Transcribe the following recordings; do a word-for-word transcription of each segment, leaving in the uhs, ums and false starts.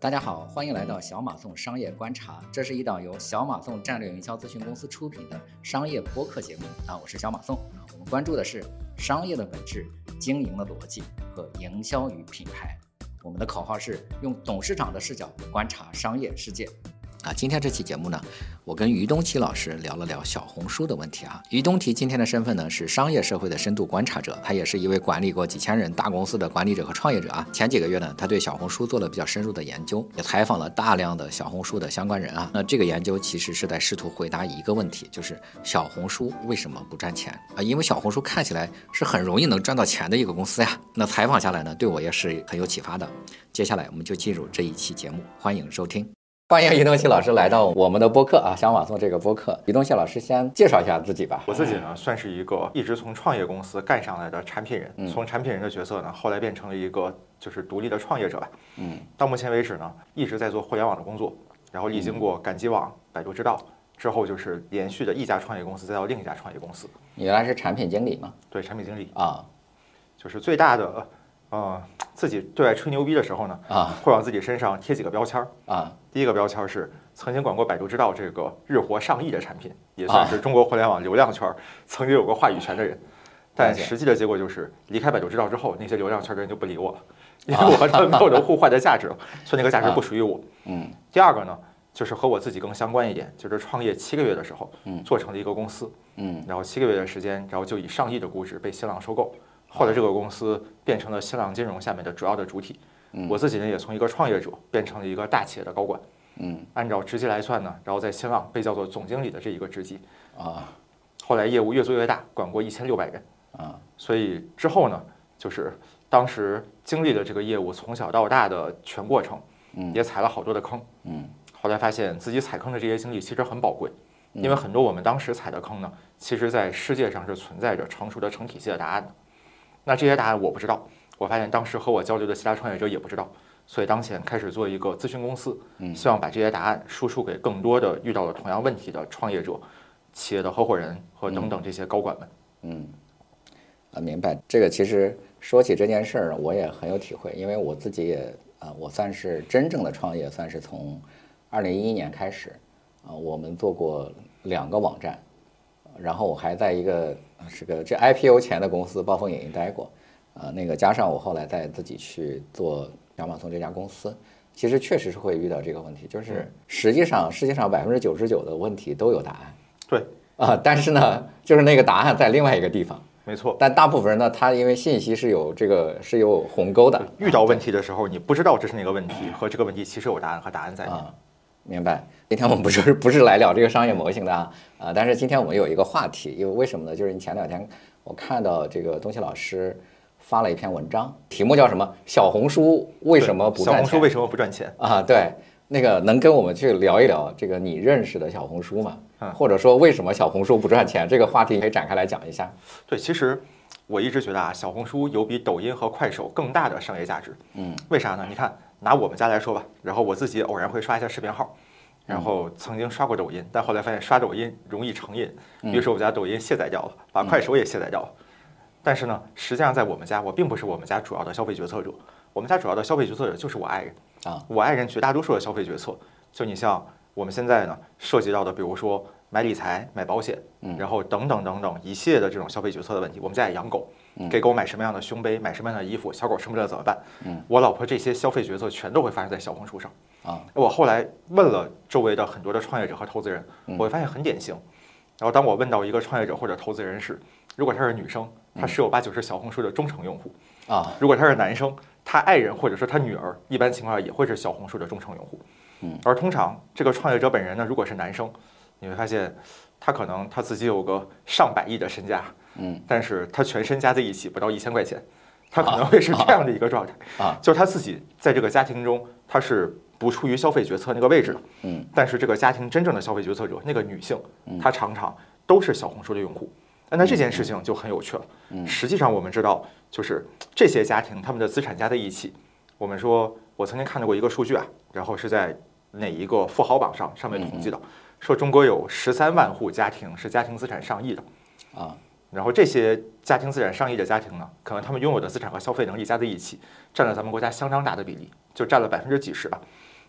大家好，欢迎来到小马送商业观察，这是一档由小马送战略营销咨询公司出品的商业播客节目啊，我是小马送啊，我们关注的是商业的本质、经营的逻辑和营销与品牌。我们的口号是用董事长的视角观察商业世界。啊，今天这期节目呢，我跟于东奇老师聊了聊小红书的问题啊。于东奇今天的身份呢是商业社会的深度观察者，他也是一位管理过几千人大公司的管理者和创业者啊。前几个月呢，他对小红书做了比较深入的研究，也采访了大量的小红书的相关人啊。那这个研究其实是在试图回答一个问题，就是小红书为什么不赚钱啊？因为小红书看起来是很容易能赚到钱的一个公司呀。那采访下来呢，对我也是很有启发的。接下来我们就进入这一期节目，欢迎收听。欢迎于东奇老师来到我们的播客啊，小马送这个播客。于东奇老师先介绍一下自己吧。 我自己呢，算是一个一直从创业公司干上来的产品人，嗯、从产品人的角色呢，后来变成了一个就是独立的创业者吧。嗯，到目前为止呢，一直在做互联网的工作，然后历经过赶集网、百度知道之后，就是连续的一家创业公司，再到另一家创业公司。 你原来是产品经理吗？ 对，产品经理啊， 就是最大的。呃，自己对外吹牛逼的时候呢，啊，会往自己身上贴几个标签啊。第一个标签是曾经管过百度知道这个日活上亿的产品，也算是中国互联网流量圈曾经有过话语权的人。但实际的结果就是离开百度知道之后，那些流量圈的人就不理我了，因为我和他们没有能互换的价值了，所以那个价值不属于我。嗯。第二个呢，就是和我自己更相关一点，就是创业七个月的时候，嗯，做成了一个公司，嗯，然后七个月的时间，然后就以上亿的估值被新浪收购。后来这个公司变成了新浪金融下面的主要的主体，嗯、我自己呢也从一个创业者变成了一个大企业的高管，嗯，按照职级来算呢，然后在新浪被叫做总经理的这一个职级啊，后来业务越做越大，管过一千六百人啊，所以之后呢，就是当时经历了这个业务从小到大的全过程，嗯，也踩了好多的坑，嗯，后来发现自己踩坑的这些经历其实很宝贵，因为很多我们当时踩的坑呢，其实在世界上是存在着成熟的成体系的答案的。那这些答案我不知道，我发现当时和我交流的其他创业者也不知道，所以当前开始做一个咨询公司，希望把这些答案输出给更多的遇到了同样问题的创业者、企业的合伙人和等等这些高管们。 嗯，啊，明白。这个其实说起这件事儿，我也很有体会，因为我自己也啊，我算是真正的创业，算是从二零一一年开始啊，我们做过两个网站。然后我还在一个是个这 I P O 前的公司暴风影音待过，呃，那个加上我后来再自己去做小马送这家公司，其实确实是会遇到这个问题，就是实际上世界上百分之九十九的问题都有答案， 对啊、呃，但是呢，就是那个答案在另外一个地方， 没错。 但大部分人呢，他因为信息是有这个是有鸿沟的， 遇到问题的时候，你不知道这是哪个问题，和这个问题其实有答案和答案在里面。 啊明白。今天我们不是不是来聊这个商业模型的啊，啊，但是今天我们有一个话题，因为为什么呢？就是你前两天我看到这个东奇老师发了一篇文章，题目叫什么？小红书为什么不赚钱？ 小红书为什么不赚钱啊？对，那个能跟我们去聊一聊这个你认识的小红书吗？嗯，或者说为什么小红书不赚钱？这个话题可以展开来讲一下。 对，其实我一直觉得啊，小红书有比抖音和快手更大的商业价值。嗯，为啥呢？你看。拿我们家来说吧，然后我自己偶然会刷一下视频号，然后曾经刷过抖音，但后来发现刷抖音容易成瘾，于是我家抖音卸载掉了，把快手也卸载掉了。但是呢，实际上在我们家，我并不是我们家主要的消费决策者，我们家主要的消费决策者就是我爱人啊。我爱人绝大多数的消费决策，就你像我们现在呢涉及到的，比如说买理财、买保险，然后等等等等一系列的这种消费决策的问题。我们家也养狗。给狗买什么样的胸杯，买什么样的衣服，小狗吃不了怎么办？嗯，我老婆这些消费决策全都会发生在小红书上啊。我后来问了周围的很多的创业者和投资人，我会发现很典型。然后当我问到一个创业者或者投资人时，如果她是女生，她十有八九是小红书的忠诚用户啊；如果他是男生，他爱人或者说他女儿，一般情况下也会是小红书的忠诚用户。嗯，而通常这个创业者本人呢，如果是男生，你会发现他可能他自己有个上百亿的身家。嗯，但是他全身加在一起不到一千块钱，他可能会是这样的一个状态啊，就是他自己在这个家庭中他是不处于消费决策那个位置的，嗯，但是这个家庭真正的消费决策者那个女性，她常常都是小红书的用户，那这件事情就很有趣了。实际上我们知道，就是这些家庭他们的资产加在一起，我们说我曾经看到过一个数据啊，然后是在哪一个富豪榜上上面统计的，说中国有十三万户家庭是家庭资产上亿的啊。然后这些家庭资产上亿的家庭呢，可能他们拥有的资产和消费能力加在一起，占了咱们国家相当大的比例，就占了百分之几十吧。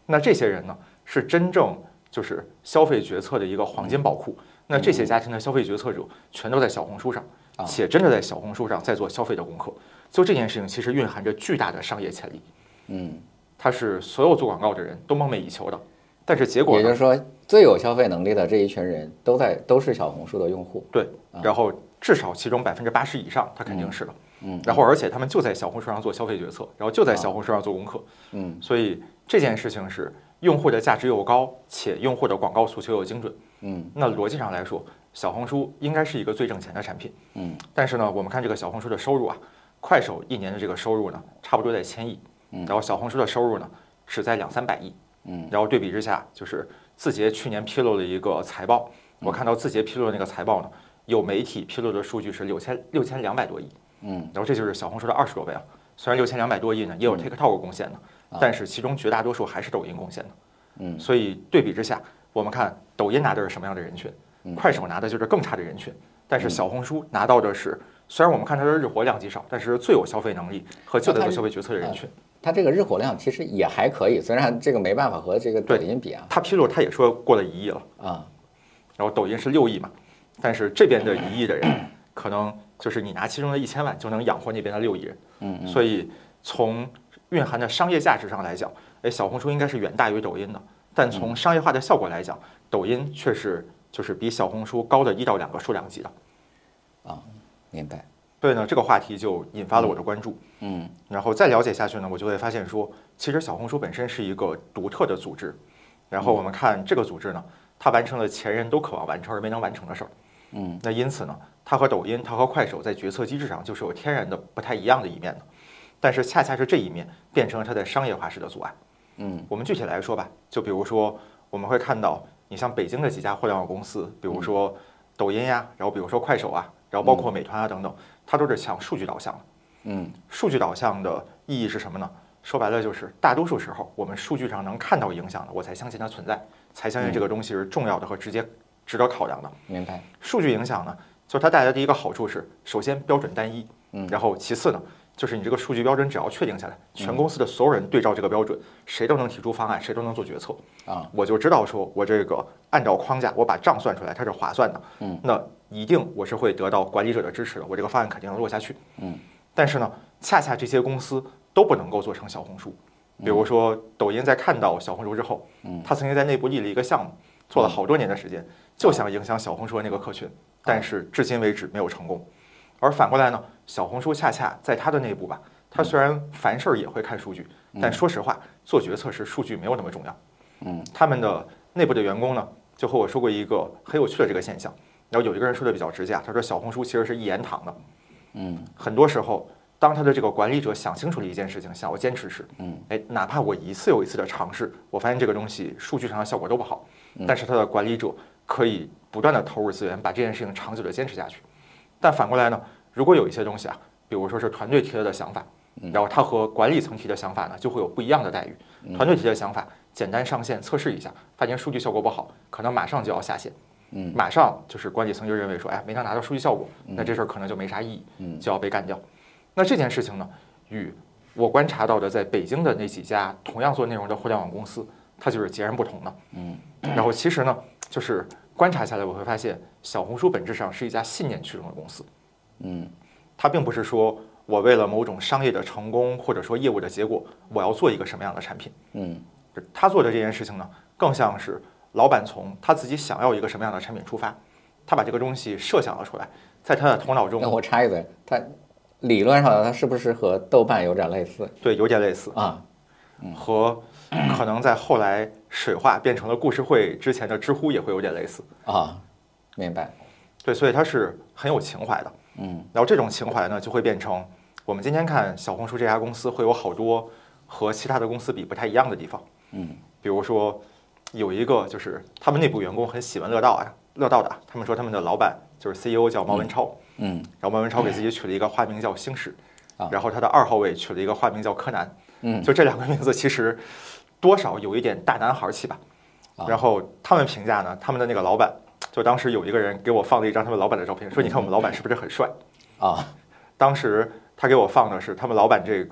那这些人呢，是真正就是消费决策的一个黄金宝库。那这些家庭的消费决策者全都在小红书上，且真的在小红书上在做消费的功课。就这件事情，其实蕴含着巨大的商业潜力。 嗯， 它是所有做广告的人都梦寐以求的。但是结果， 也就是说，最有消费能力的这一群人都在都是小红书的用户。 对，然后至少其中百分之八十以上，他肯定是的。嗯，然后而且他们就在小红书上做消费决策，然后就在小红书上做功课。嗯，所以这件事情是用户的价值又高，且用户的广告诉求又精准。嗯，那逻辑上来说，小红书应该是一个最挣钱的产品。嗯，但是呢，我们看这个小红书的收入啊，快手一年的这个收入呢，差不多在千亿。嗯，然后小红书的收入呢，只在两三百亿。嗯，然后对比之下，就是字节去年披露了一个财报，我看到字节披露的那个财报呢，有媒体披露的数据是六千六千两百多亿。嗯，然后这就是小红书的二十多倍啊。虽然六千两百多亿呢，也有 TikTok 贡献的，但是其中绝大多数还是抖音贡献的。嗯，所以对比之下，我们看抖音拿的是什么样的人群，快手拿的就是更差的人群，但是小红书拿到的是，虽然我们看它的日活量极少，但是最有消费能力和就在做消费决策的人群。 它这个日活量其实也还可以，虽然这个没办法和这个抖音比啊。 它披露他也说过了一亿了啊，然后抖音是六亿嘛，但是这边的一亿的人，可能就是你拿其中的一千万就能养活那边的六亿人。嗯，所以从蕴含的商业价值上来讲，哎，小红书应该是远大于抖音的，但从商业化的效果来讲，抖音却是就是比小红书高的一到两个数量级的。 啊，明白。 所以呢，这个话题就引发了我的关注。嗯，然后再了解下去呢，我就会发现说，其实小红书本身是一个独特的组织。然后我们看这个组织呢，它完成了前人都渴望完成而没能完成的事儿。嗯，那因此呢，它和抖音、它和快手在决策机制上就是有天然的不太一样的一面的。但是恰恰是这一面变成了它在商业化时的阻碍。嗯，我们具体来说吧，就比如说我们会看到，你像北京的几家互联网公司，比如说抖音呀，然后比如说快手啊，然后包括美团啊等等。它都是强数据导向的。嗯，数据导向的意义是什么呢？说白了就是大多数时候我们数据上能看到影响的，我才相信它存在，才相信这个东西是重要的和直接值得考量的。 明白。 数据影响呢，就是它带来的一个好处是，首先标准单一，嗯，然后其次呢，就是你这个数据标准只要确定下来，全公司的所有人对照这个标准，谁都能提出方案，谁都能做决策啊。我就知道说我这个按照框架，我把账算出来，它是划算的。嗯，那一定我是会得到管理者的支持的，我这个方案肯定能落下去。嗯，但是呢，恰恰这些公司都不能够做成小红书。比如说抖音在看到小红书之后，嗯，他曾经在内部立了一个项目，做了好多年的时间，就想影响小红书的那个客群，但是至今为止没有成功。而反过来呢，小红书恰恰在它的内部吧，它虽然凡事也会看数据，但说实话，做决策时数据没有那么重要。嗯，他们的内部的员工呢，就和我说过一个很有趣的这个现象。然后有一个人说的比较直接，他说小红书其实是一言堂的。嗯，很多时候，当他的这个管理者想清楚了一件事情，想要坚持时，嗯，哎，哪怕我一次又一次的尝试，我发现这个东西数据上的效果都不好，但是他的管理者可以不断的投入资源，把这件事情长久的坚持下去。但反过来呢，如果有一些东西啊，比如说是团队提了的想法，然后他和管理层提的想法呢，就会有不一样的待遇。团队提的想法，简单上线测试一下，发现数据效果不好，可能马上就要下线。嗯，马上就是管理层就认为说，哎，没能拿到数据效果，那这事儿可能就没啥意义，嗯，就要被干掉。那这件事情呢，与我观察到的在北京的那几家同样做内容的互联网公司，它就是截然不同的。嗯，然后其实呢，就是观察下来，我会发现小红书本质上是一家信念驱动的公司。嗯，它并不是说我为了某种商业的成功或者说业务的结果，我要做一个什么样的产品。嗯，他做的这件事情呢，更像是老板从他自己想要一个什么样的产品出发，他把这个东西设想了出来，在他的头脑中。 那我插一嘴，他理论上他是不是和豆瓣有点类似？ 对，有点类似啊，嗯、和可能在后来水化变成了故事会之前的知乎也会有点类似啊。明白。 对，所以它是很有情怀的。嗯，然后这种情怀呢，就会变成我们今天看小红书这家公司会有好多和其他的公司比不太一样的地方。嗯，比如说。有一个就是他们内部员工很喜闻乐道啊，乐道的，他们说他们的老板就是 C E O 叫毛文超，嗯，然后毛文超给自己取了一个花名叫星矢，然后他的二号位取了一个花名叫柯南，嗯，就这两个名字其实多少有一点大男孩气吧。然后他们评价呢，他们的那个老板，就当时有一个人给我放了一张他们老板的照片，说你看我们老板是不是很帅啊？当时他给我放的是他们老板这个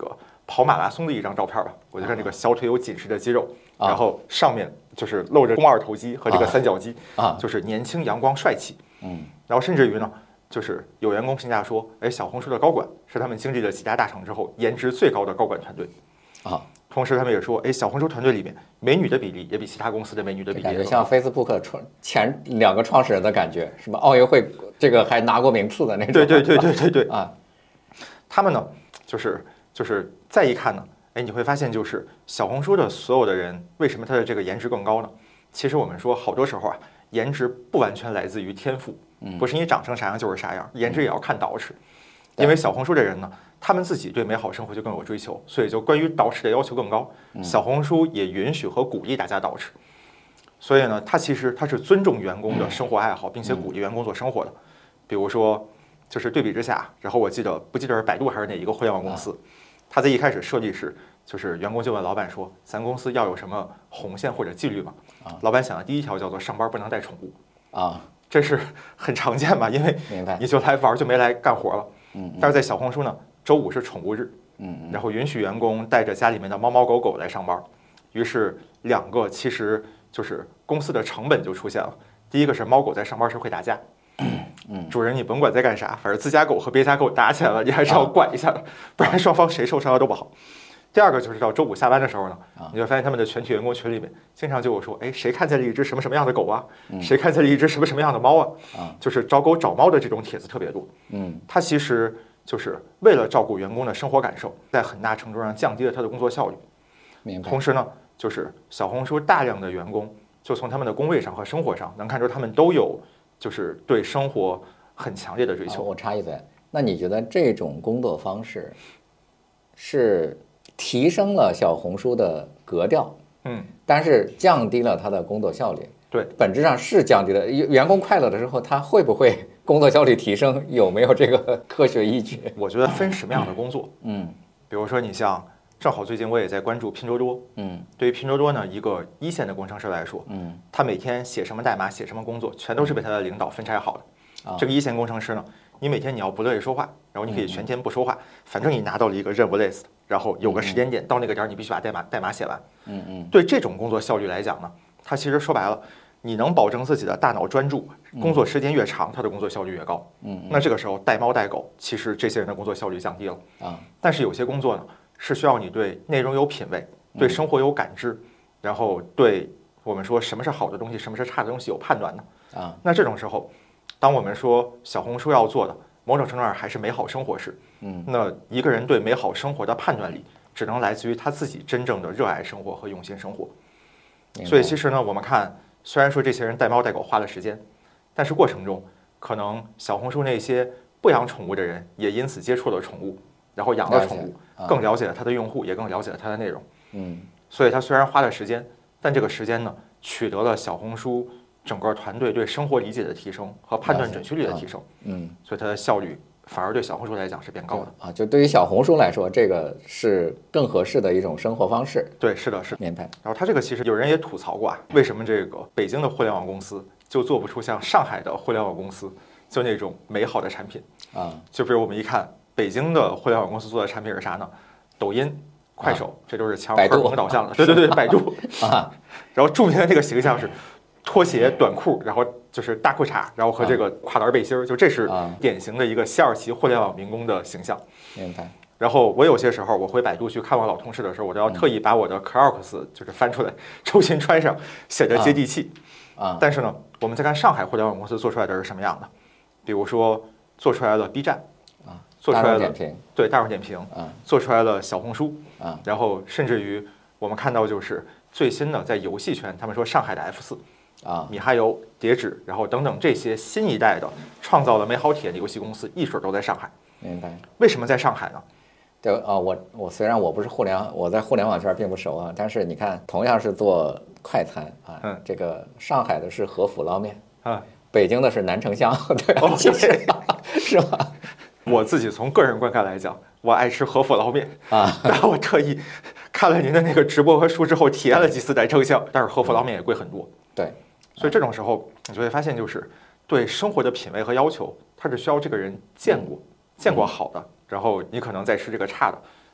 跑马拉松的一张照片吧，我就看这个小腿有紧实的肌肉， 啊、 然后上面就是露着肱二头肌和这个三角肌， 啊， 就是年轻阳光帅气。 嗯， 然后甚至于呢，就是有员工评价说，哎，小红书的高管是他们经历了几家大厂之后颜值最高的高管团队。 啊， 同时他们也说，哎，小红书团队里面美女的比例也比其他公司的美女的比例感觉像 Facebook 创前两个创始人的感觉，什么奥运会这个还拿过名次的那种。 对对对对对对啊， 他们呢，就是就是再一看呢，哎，你会发现就是小红书的所有的人，为什么他的这个颜值更高呢？其实我们说好多时候啊，颜值不完全来自于天赋，不是你长成啥样就是啥样，颜值也要看捯饬。因为小红书的人呢，他们自己对美好生活就更有追求，所以就关于捯饬的要求更高。小红书也允许和鼓励大家捯饬，所以呢，它其实它是尊重员工的生活爱好，并且鼓励员工做生活的。比如说，就是对比之下，然后我记得不记得是百度还是哪一个互联网公司，他在一开始设立是，就是员工就问老板说，咱公司要有什么红线或者纪律吗？老板想的第一条叫做上班不能带宠物啊， 这是很常见吧？因为你就来玩就没来干活了。但是在小红书呢，周五是宠物日， 嗯， 然后允许员工带着家里面的猫猫狗狗来上班，于是两个其实就是公司的成本就出现了。第一个是猫狗在上班时会打架， 嗯， 主人你甭管在干啥，反正自家狗和别家狗打起来了，你还是要管一下的，不然双方谁受伤了都不好。第二个就是到周五下班的时候呢，你会发现他们的全体员工群里面经常就有说，哎，谁看见了一只什么什么样的狗啊？谁看见了一只什么什么样的猫啊？就是找狗找猫的这种帖子特别多。 嗯， 它其实就是为了照顾员工的生活感受，在很大程度上降低了他的工作效率。 明白。 同时呢，就是小红书大量的员工，就从他们的工位上和生活上能看出他们都有就是对生活很强烈的追求。 我插一嘴，那你觉得这种工作方式是提升了小红书的格调， 嗯， 但是降低了它的工作效率？ 对， 本质上是降低了。员工快乐的时候，他会不会工作效率提升？有没有这个科学依据？ 我觉得分什么样的工作， 嗯， 比如说你像，正好最近我也在关注拼多多， 嗯， 对于拼多多呢，一个一线的工程师来说， 嗯， 他每天写什么代码，写什么工作，全都是被他的领导分拆好的。 啊、 这个一线工程师呢，你每天你要不乐意说话，然后你可以全天不说话，反正你拿到了一个任务 list， 然后有个时间点，到那个点你必须把代码代码写完。 嗯嗯， 对这种工作效率来讲呢，它其实说白了，你能保证自己的大脑专注，工作时间越长，他的工作效率越高。 嗯， 那这个时候带猫带狗，其实这些人的工作效率降低了啊。 但是有些工作呢，是需要你对内容有品味，对生活有感知，然后对我们说什么是好的东西，什么是差的东西有判断的啊。 那这种时候，当我们说小红书要做的某种程度上还是美好生活时， 嗯， 那一个人对美好生活的判断力，只能来自于他自己真正的热爱生活和用心生活。所以其实呢，我们看，虽然说这些人带猫带狗花了时间，但是过程中可能小红书那些不养宠物的人也因此接触了宠物，然后养了宠物，更了解了它的用户，也更了解了它的内容。 嗯， 所以他虽然花了时间，但这个时间呢，取得了小红书整个团队对生活理解的提升和判断准确率的提升。 嗯， 所以它的效率反而对小红书来讲是变高的啊。就对于小红书来说，这个是更合适的一种生活方式。 对，是的，是。 明白。 然后它这个其实有人也吐槽过啊，为什么这个北京的互联网公司就做不出像上海的互联网公司就那种美好的产品啊？ 就比如我们一看北京的互联网公司做的产品是啥呢？抖音、快手，这都是强荷尔蒙导向的。对对对，百度啊。 然后著名的那个形象是拖鞋、短裤，然后就是大裤衩，然后和这个跨栏背心儿，就这是典型的一个西二旗互联网民工的形象。 明白。 然后我有些时候我回百度去看望老同事的时候，我都要特意把我的 Clorox 就是翻出来重新穿上，显得接地气。 啊。 但是呢，我们再看上海互联网公司做出来的是什么样的？比如说做出来了 B 站啊， 做出来了点评， 对大众点评啊， 做出来了小红书啊， 然后甚至于我们看到就是最新的在游戏圈，他们说上海的 F 四。 啊， 米哈游、叠纸，然后等等这些新一代的创造了美好体验的游戏公司，一水都在上海。 明白。 为什么在上海呢？ 对啊，我我虽然我不是互联网，我在互联网圈并不熟啊，但是你看，同样是做快餐啊， 嗯， 这个上海的是和府捞面， 啊， 北京的是南城香，对， 哦， 其实是吧？ 我自己从个人观感来讲，我爱吃和府捞面啊， 然后我特意看了您的那个直播和书之后，体验了几次南城香，但是和府捞面也贵很多。 对。 所以这种时候，你就会发现，就是对生活的品味和要求，它是需要这个人见过、见过好的，然后你可能再吃这个差的。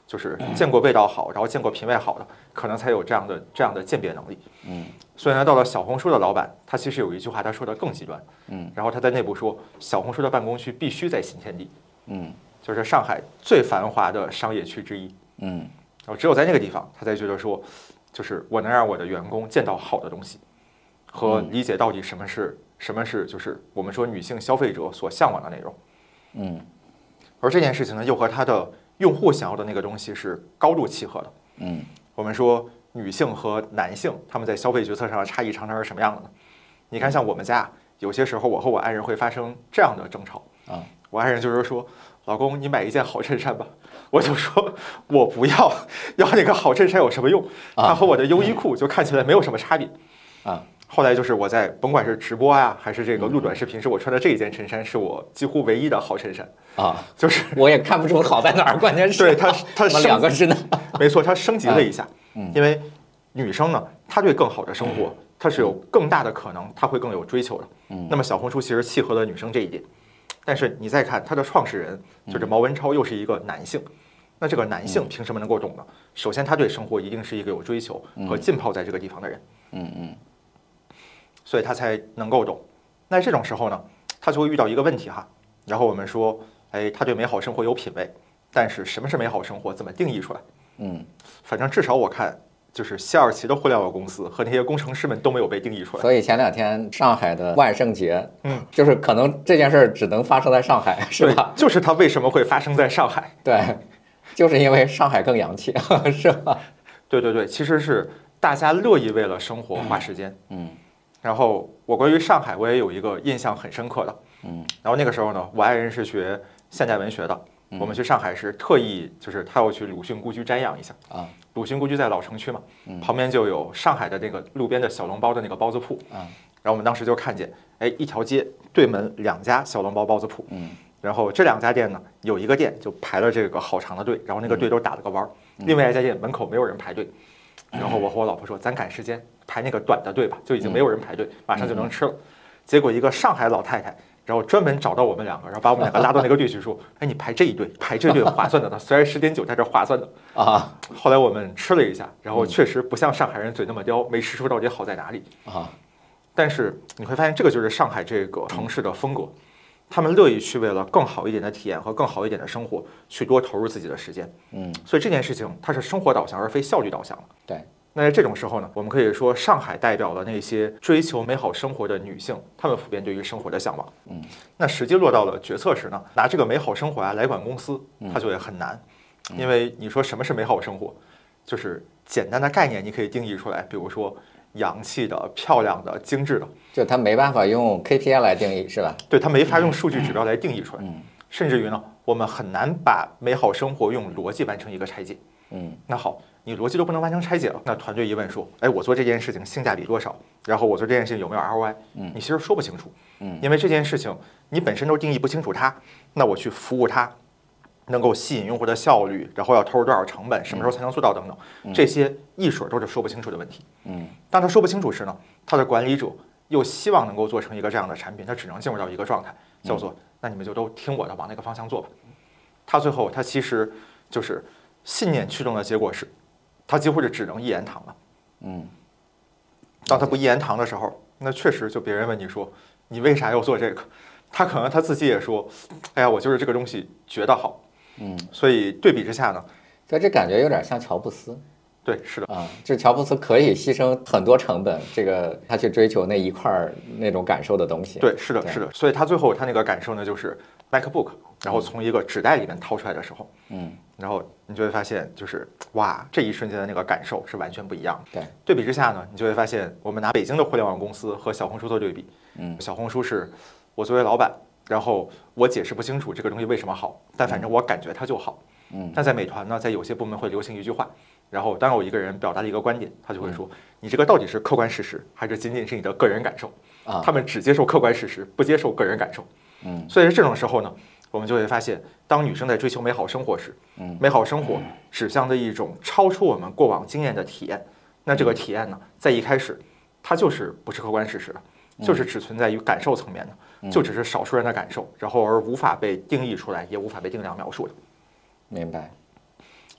就是见过味道好，然后见过品味好的，可能才有这样的这样的鉴别能力。 嗯， 所以呢，到了小红书的老板，他其实有一句话，他说的更极端。嗯，然后他在内部说，小红书的办公区必须在新天地。嗯，就是上海最繁华的商业区之一。嗯，然后只有在那个地方，他才觉得说，就是我能让我的员工见到好的东西，和理解到底什么是什么是就是我们说女性消费者所向往的内容。嗯，而这件事情呢，又和他的用户想要的那个东西是高度契合的。嗯，我们说女性和男性他们在消费决策上的差异常常是什么样的呢？你看，像我们家有些时候，我和我爱人会发生这样的争吵啊。我爱人就是说：“老公，你买一件好衬衫吧。”我就说：“我不要，要那个好衬衫有什么用？它和我的优衣库就看起来没有什么差别。”啊。后来就是我在甭管是直播呀、啊，还是这个录短视频，是我穿的这一件衬衫是我几乎唯一的好衬衫啊，就是我也看不出好在哪儿，关键是对它它两个是呢， 没错，它升级了一下，嗯，因为女生呢，她对更好的生活，她是有更大的可能，她会更有追求的，嗯，那么小红书其实契合了女生这一点，但是你再看它的创始人就是毛文超，又是一个男性，那这个男性凭什么能够懂呢？首先，他对生活一定是一个有追求和浸泡在这个地方的人，嗯嗯。所以他才能够懂。那这种时候呢，他就会遇到一个问题哈。然后我们说，哎，他对美好生活有品味，但是什么是美好生活，怎么定义出来？嗯，反正至少我看，就是西二旗的互联网公司和那些工程师们都没有被定义出来。 所以前两天上海的万圣节，嗯，就是可能这件事只能发生在上海，是吧？ 就是它为什么会发生在上海？ 对，就是因为上海更洋气，是吧？ 对对对，其实是大家乐意为了生活花时间，嗯。然后我关于上海，我也有一个印象很深刻的，嗯，然后那个时候呢，我爱人是学现代文学的，嗯、我们去上海是特意就是他要去鲁迅故居瞻仰一下啊，鲁迅故居在老城区嘛，嗯、旁边就有上海的那个路边的小笼包的那个包子铺啊，然后我们当时就看见，哎，一条街对门两家小笼包包子铺，嗯，然后这两家店呢，有一个店就排了这个好长的队，然后那个队都打了个弯儿，嗯、另外一家店门口没有人排队。然后我和我老婆说，咱赶时间排那个短的队吧，就已经没有人排队，马上就能吃了。结果一个上海老太太，然后专门找到我们两个，然后把我们两个拉到那个队去说，哎，你排这一队，排这队划算的呢，虽然十点九，在这划算的啊。后来我们吃了一下，然后确实不像上海人嘴那么刁，没吃出到底好在哪里啊。但是你会发现，这个就是上海这个城市的风格。他们乐意去为了更好一点的体验和更好一点的生活，去多投入自己的时间。嗯，所以这件事情它是生活导向而非效率导向的。 对， 那在这种时候呢，我们可以说上海代表了那些追求美好生活的女性，她们普遍对于生活的向往。嗯，那实际落到了决策时呢，拿这个美好生活啊来管公司，它就也很难，因为你说什么是美好生活，就是简单的概念你可以定义出来，比如说洋气的、漂亮的、精致的。 就它没办法用 K P I 来定义，是吧？ 对，它没法用数据指标来定义出来。嗯，甚至于呢，我们很难把美好生活用逻辑完成一个拆解。嗯，那好，你逻辑都不能完成拆解了，那团队一问说，哎，我做这件事情性价比多少？然后我做这件事情有没有 R O I？ 嗯，你其实说不清楚。嗯，因为这件事情你本身都定义不清楚它，那我去服务它，能够吸引用户的效率，然后要投入多少成本，什么时候才能做到等等，这些一水都是说不清楚的问题。嗯，当他说不清楚时呢，他的管理者又希望能够做成一个这样的产品，他只能进入到一个状态，叫做那你们就都听我的，往那个方向做吧。他最后他其实就是信念驱动的结果是，他几乎是只能一言堂了。嗯，当他不一言堂的时候，那确实就别人问你说你为啥要做这个，他可能他自己也说，哎呀，我就是这个东西觉得好。嗯，所以对比之下呢， 所以这感觉有点像乔布斯。 对，是的啊，就乔布斯可以牺牲很多成本，这个他去追求那一块那种感受的东西。 对，是的，是的。所以他最后他那个感受呢，就是 MacBook， 然后从一个纸袋里面掏出来的时候，嗯，然后你就会发现，就是哇，这一瞬间的那个感受是完全不一样的。 对， 对比之下呢，你就会发现，我们拿北京的互联网公司和小红书做对比，嗯，小红书是我作为老板，然后我解释不清楚这个东西为什么好，但反正我感觉它就好。嗯，但在美团呢，在有些部门会流行一句话。然后，当有一个人表达了一个观点，他就会说：“你这个到底是客观事实，还是仅仅是你的个人感受？”啊，他们只接受客观事实，不接受个人感受。嗯，所以这种时候呢，我们就会发现，当女生在追求美好生活时，嗯，美好生活指向的一种超出我们过往经验的体验。那这个体验呢，在一开始，它就是不是客观事实的，就是只存在于感受层面的，就只是少数人的感受，然后而无法被定义出来，也无法被定量描述的。 明白。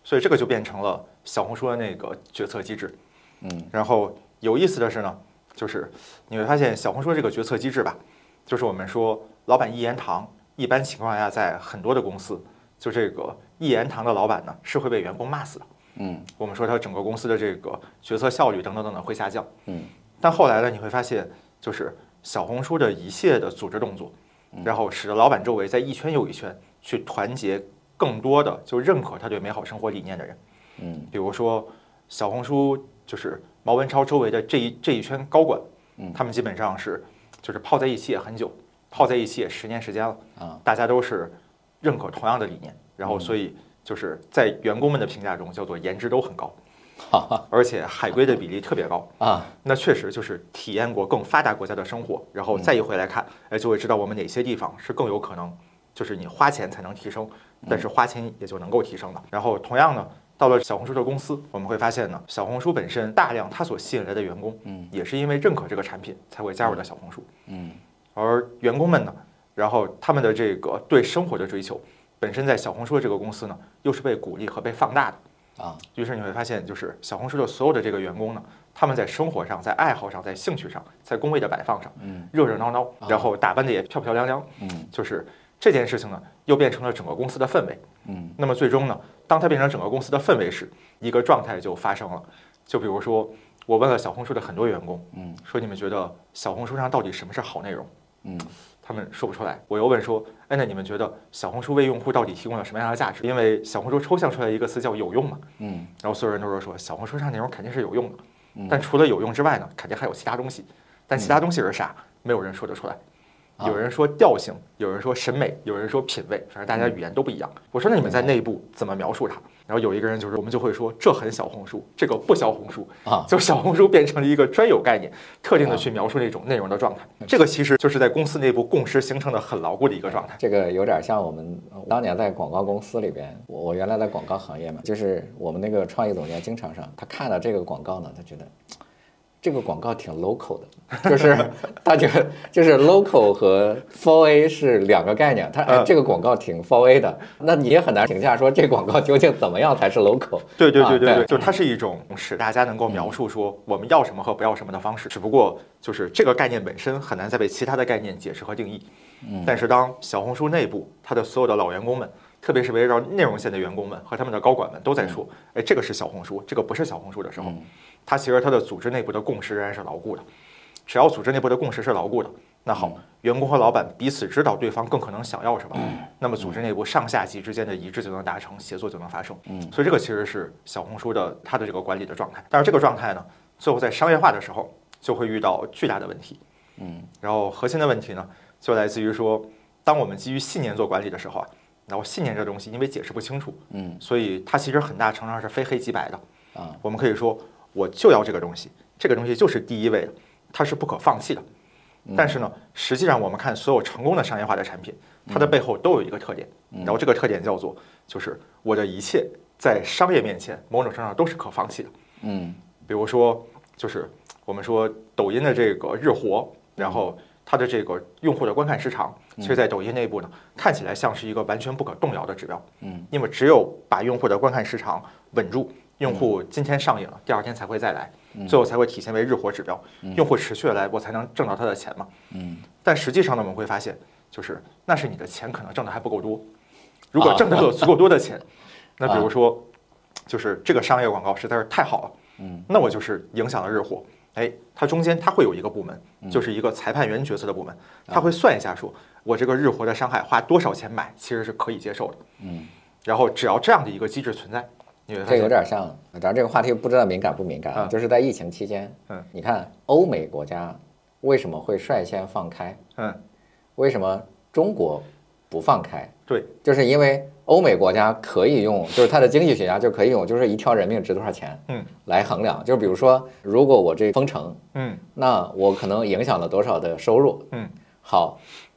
所以这个就变成了小红书的那个决策机制。 嗯， 然后有意思的是呢，就是你会发现小红书这个决策机制吧，就是我们说老板一言堂，一般情况下在很多的公司，就这个一言堂的老板呢是会被员工骂死的。 嗯， 我们说他整个公司的这个决策效率等等等等会下降。 嗯， 但后来呢，你会发现就是小红书的一系列的组织动作，然后使得老板周围在一圈又一圈去团结更多的就认可他对美好生活理念的人。 嗯， 比如说小红书就是毛文超周围的这一这一圈高管， 嗯， 他们基本上是就是泡在一起也很久，泡在一起也十年时间了啊， 大家都是认可同样的理念，然后所以就是在员工们的评价中叫做颜值都很高，而且海归的比例特别高啊。 那确实就是体验过更发达国家的生活，然后再一回来看，哎，就会知道我们哪些地方是更有可能，就是你花钱才能提升，但是花钱也就能够提升的。然后同样呢，到了小红书的公司，我们会发现呢，小红书本身大量它所吸引来的员工， 嗯， 也是因为认可这个产品才会加入到小红书， 嗯， 而员工们呢，然后他们的这个对生活的追求，本身在小红书的这个公司呢，又是被鼓励和被放大的。 啊， 于是你会发现，就是小红书的所有的这个员工呢，他们在生活上、在爱好上、在兴趣上、在工位的摆放上， 嗯， 热热闹闹，然后打扮的也漂漂亮亮， 嗯， 就是这件事情呢，又变成了整个公司的氛围， 嗯， 那么最终呢，当它变成整个公司的氛围时，一个状态就发生了，就比如说，我问了小红书的很多员工， 嗯， 说你们觉得小红书上到底什么是好内容？ 嗯。 他们说不出来。我又问说，哎，那你们觉得小红书为用户到底提供了什么样的价值？因为小红书抽象出来一个词叫有用嘛， 嗯， 然后所有人都说说小红书上内容肯定是有用的，但除了有用之外呢，肯定还有其他东西，但其他东西是啥？没有人说得出来。有人说调性，有人说审美，有人说品味，反正大家语言都不一样。我说那你们在内部怎么描述它？然后有一个人就是我们就会说这很小红书，这个不小红书啊， 就小红书变成了一个专有概念，特定的去描述那种内容的状态。这个其实就是在公司内部共识形成的很牢固的一个状态。 这个有点像我们当年在广告公司里边，我我原来在广告行业嘛，就是我们那个创意总监经常上，他看了这个广告呢，他觉得。这个广告挺 local 的，就是他觉得就是 local 和 four A 是两个概念，他哎这个广告挺 four A 的，那你也很难评价说这广告究竟怎么样才是 local。 对对对对对，啊、对就是它是一种使大家能够描述说我们要什么和不要什么的方式，只不过就是这个概念本身很难再被其他的概念解释和定义。嗯，但是当小红书内部它的所有的老员工们，特别是围绕内容线的员工们和他们的高管们都在说，哎，这个是小红书，这个不是小红书的时候。嗯，它其实它的组织内部的共识仍然是牢固的，只要组织内部的共识是牢固的，那好，员工和老板彼此知道对方更可能想要什么，那么组织内部上下级之间的一致就能达成，协作就能发生。嗯，所以这个其实是小红书的它的这个管理的状态。但是这个状态呢，最后在商业化的时候就会遇到巨大的问题。嗯，然后核心的问题呢，就来自于说，当我们基于信念做管理的时候啊，然后信念这东西因为解释不清楚，嗯，所以它其实很大程度上是非黑即白的。啊，我们可以说。我就要这个东西，这个东西就是第一位的，它是不可放弃的。但是呢，实际上我们看所有成功的商业化的产品，它的背后都有一个特点，然后这个特点叫做，就是我的一切在商业面前某种程度上都是可放弃的。嗯，比如说，就是我们说抖音的这个日活，然后它的这个用户的观看时长，其实在抖音内部呢，看起来像是一个完全不可动摇的指标。嗯，因为只有把用户的观看时长稳住。用户今天上瘾了，第二天才会再来，最后才会体现为日活指标。用户持续的来，我才能挣到他的钱嘛。嗯，但实际上呢，我们会发现，就是那是你的钱可能挣的还不够多。如果挣的有足够多的钱，那比如说，就是这个商业广告实在是太好了，嗯，那我就是影响了日活。哎，它中间它会有一个部门，就是一个裁判员角色的部门，他会算一下说，我这个日活的伤害花多少钱买，其实是可以接受的。嗯，然后只要这样的一个机制存在。 这有点像，当然这个话题不知道敏感不敏感，嗯、就是在疫情期间，嗯，你看欧美国家为什么会率先放开，嗯，为什么中国不放开？ 对， 就是因为欧美国家可以用，就是它的经济学家就可以用，就是一条人命值多少钱，嗯，来衡量。就比如说，如果我这封城，嗯，那我可能影响了多少的收入，嗯，好。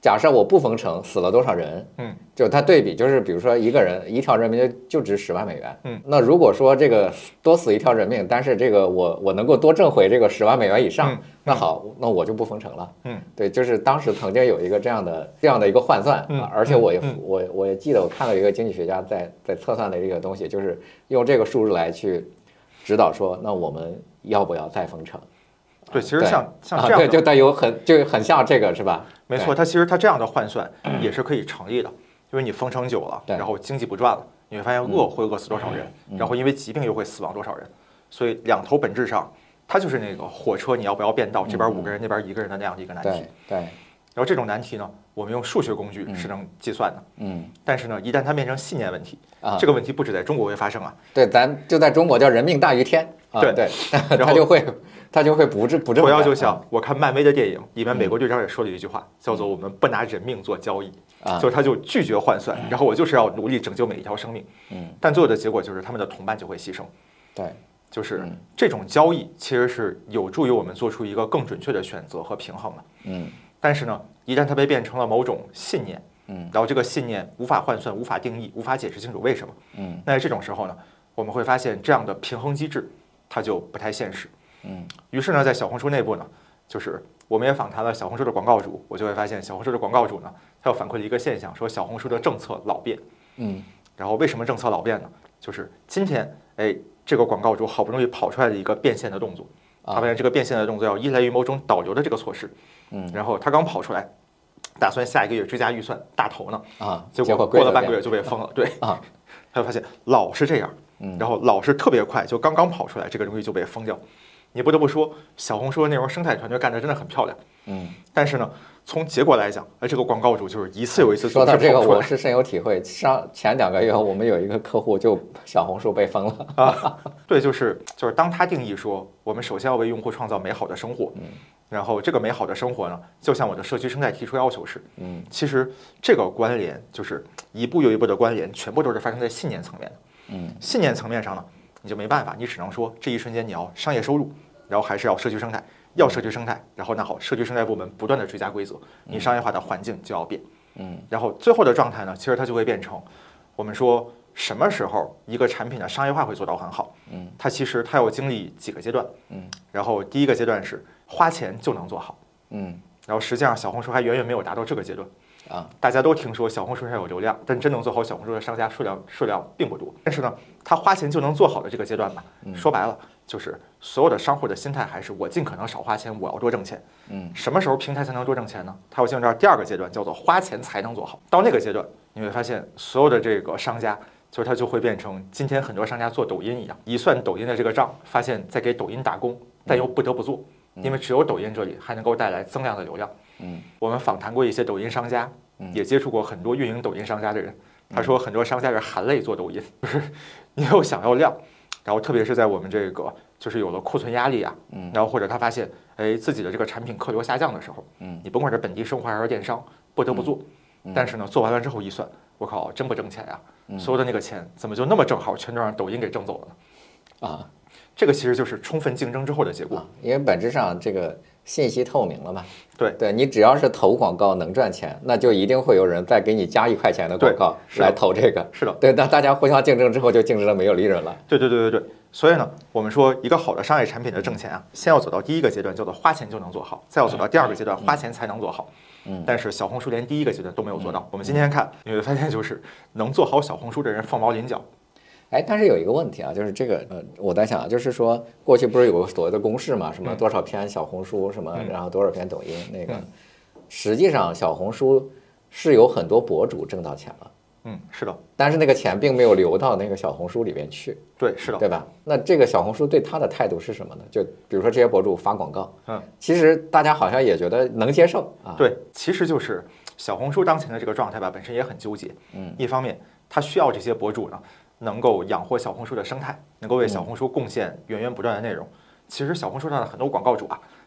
假设我不封城，死了多少人？ 嗯， 就它对比，就是比如说一个人一条人命就就值十万美元。 嗯， 那如果说这个多死一条人命，但是这个我我能够多挣回这个十万美元以上， 嗯、 那好，那我就不封城了。 嗯， 对，就是当时曾经有一个这样的这样的一个换算、 嗯、 啊，而且我也、 嗯、 我我也记得我看到一个经济学家在在测算的这个东西，就是用这个数字来去指导说，那我们要不要再封城？ 对，其实像像这样的， 啊、对，就它有很就很像这个是吧？ 没错，它其实它这样的换算也是可以成立的，因为你封城久了，然后经济不转了，你会发现饿会饿死多少人， 嗯、 然后因为疾病又会死亡多少人，所以两头本质上它就是那个火车你要不要变道，这边五个人那边一个人的那样的一个难题。 对对。 然后这种难题呢，我们用数学工具是能计算的， 嗯， 但是呢，一旦它变成信念问题， 啊， 这个问题不止在中国会发生啊， 对，咱就在中国叫人命大于天，啊、 对对，他就会他就会不这不这么干。就像我看漫威的电影里面， 嗯美国队长也说了一句话，叫做我们不拿人命做交易， 啊， 就是他就拒绝换算，然后我就是要努力拯救每一条生命， 嗯， 但最后的结果就是他们的同伴就会牺牲， 对， 就是这种交易其实是有助于我们做出一个更准确的选择和平衡的， 嗯。 但是呢，一旦它被变成了某种信念， 嗯， 然后这个信念无法换算、无法定义、无法解释清楚为什么， 嗯， 那在这种时候呢，我们会发现这样的平衡机制它就不太现实， 嗯， 于是呢，在小红书内部呢，就是我们也访谈了小红书的广告主，我就会发现小红书的广告主呢，他又反馈了一个现象，说小红书的政策老变， 嗯， 然后为什么政策老变呢？就是今天，哎，这个广告主好不容易跑出来的一个变现的动作。他发现这个变现的动作要依赖于某种导流的这个措施， 嗯， 然后他刚跑出来，打算下一个月追加预算大投呢， 啊， 结果过了半个月就被封了，对， 啊， 他就发现老是这样， 嗯， 然后老是特别快，就刚刚跑出来，这个东西就被封掉。你不得不说，小红书的内容生态团队干得真的很漂亮， 嗯， 但是呢，从结果来讲，哎，这个广告主就是一次又一次说到这个，我是深有体会。上前两个月，我们有一个客户就小红书被封了啊，对，就是就是当他定义说，我们首先要为用户创造美好的生活， 嗯， 然后这个美好的生活呢，就向我的社区生态提出要求时， 嗯， 其实这个关联就是一步又一步的关联，全部都是发生在信念层面的， 嗯， 信念层面上呢，你就没办法，你只能说这一瞬间你要商业收入。然后还是要社区生态，要社区生态，然后那好，社区生态部门不断的追加规则，你商业化的环境就要变， 嗯， 然后最后的状态呢，其实它就会变成，我们说什么时候一个产品的商业化会做到很好， 嗯， 它其实它要经历几个阶段， 嗯， 然后第一个阶段是花钱就能做好， 嗯， 然后实际上小红书还远远没有达到这个阶段。 啊， 大家都听说小红书上有流量，但真能做好小红书的商家数量数量并不多。但是呢，他花钱就能做好的这个阶段吧，说白了就是所有的商户的心态还是我尽可能少花钱，我要多挣钱。 嗯， 什么时候平台才能多挣钱呢？他要进入到第二个阶段，叫做花钱才能做好。到那个阶段，你会发现所有的这个商家，就是他就会变成今天很多商家做抖音一样，一算抖音的这个账，发现在给抖音打工，但又不得不做，因为只有抖音这里还能够带来增量的流量。 嗯， 我们访谈过一些抖音商家，也接触过很多运营抖音商家的人。他说，很多商家是含泪做抖音，就是你又想要量，然后特别是在我们这个就是有了库存压力啊， 嗯， 然后或者他发现，哎，自己的这个产品客流下降的时候， 嗯， 你甭管是本地生活还是电商，不得不做。但是呢，做完了之后一算，我靠，真不挣钱呀！所有的那个钱怎么就那么正好，全都让抖音给挣走了呢？啊， 这个其实就是充分竞争之后的结果， 啊、因为本质上这个。信息透明了嘛？ 对对，你只要是投广告能赚钱，那就一定会有人再给你加一块钱的广告来投这个。 是的， 对，那大家互相竞争之后，就竞争的没有利润了。 对对对对对。所以呢，我们说一个好的商业产品的挣钱啊，先要走到第一个阶段，叫做花钱就能做好，再要走到第二个阶段，花钱才能做好。 嗯。 但是小红书连第一个阶段都没有做到。我们今天看，你会发现就是能做好小红书的人凤毛麟角。 哎，但是有一个问题啊，就是这个呃，我在想，就是说过去不是有个所谓的公式嘛，什么多少篇小红书，什么然后多少篇抖音，那个实际上小红书是有很多博主挣到钱了， 嗯，是的， 但是那个钱并没有流到那个小红书里边去， 对，是的， 对吧？那这个小红书对他的态度是什么呢？就比如说这些博主发广告， 嗯， 其实大家好像也觉得能接受啊， 对，其实就是小红书当前的这个状态吧，本身也很纠结， 嗯， 一方面它需要这些博主呢。能够养活小红书的生态，能够为小红书贡献源源不断的内容。其实小红书上的很多广告主啊，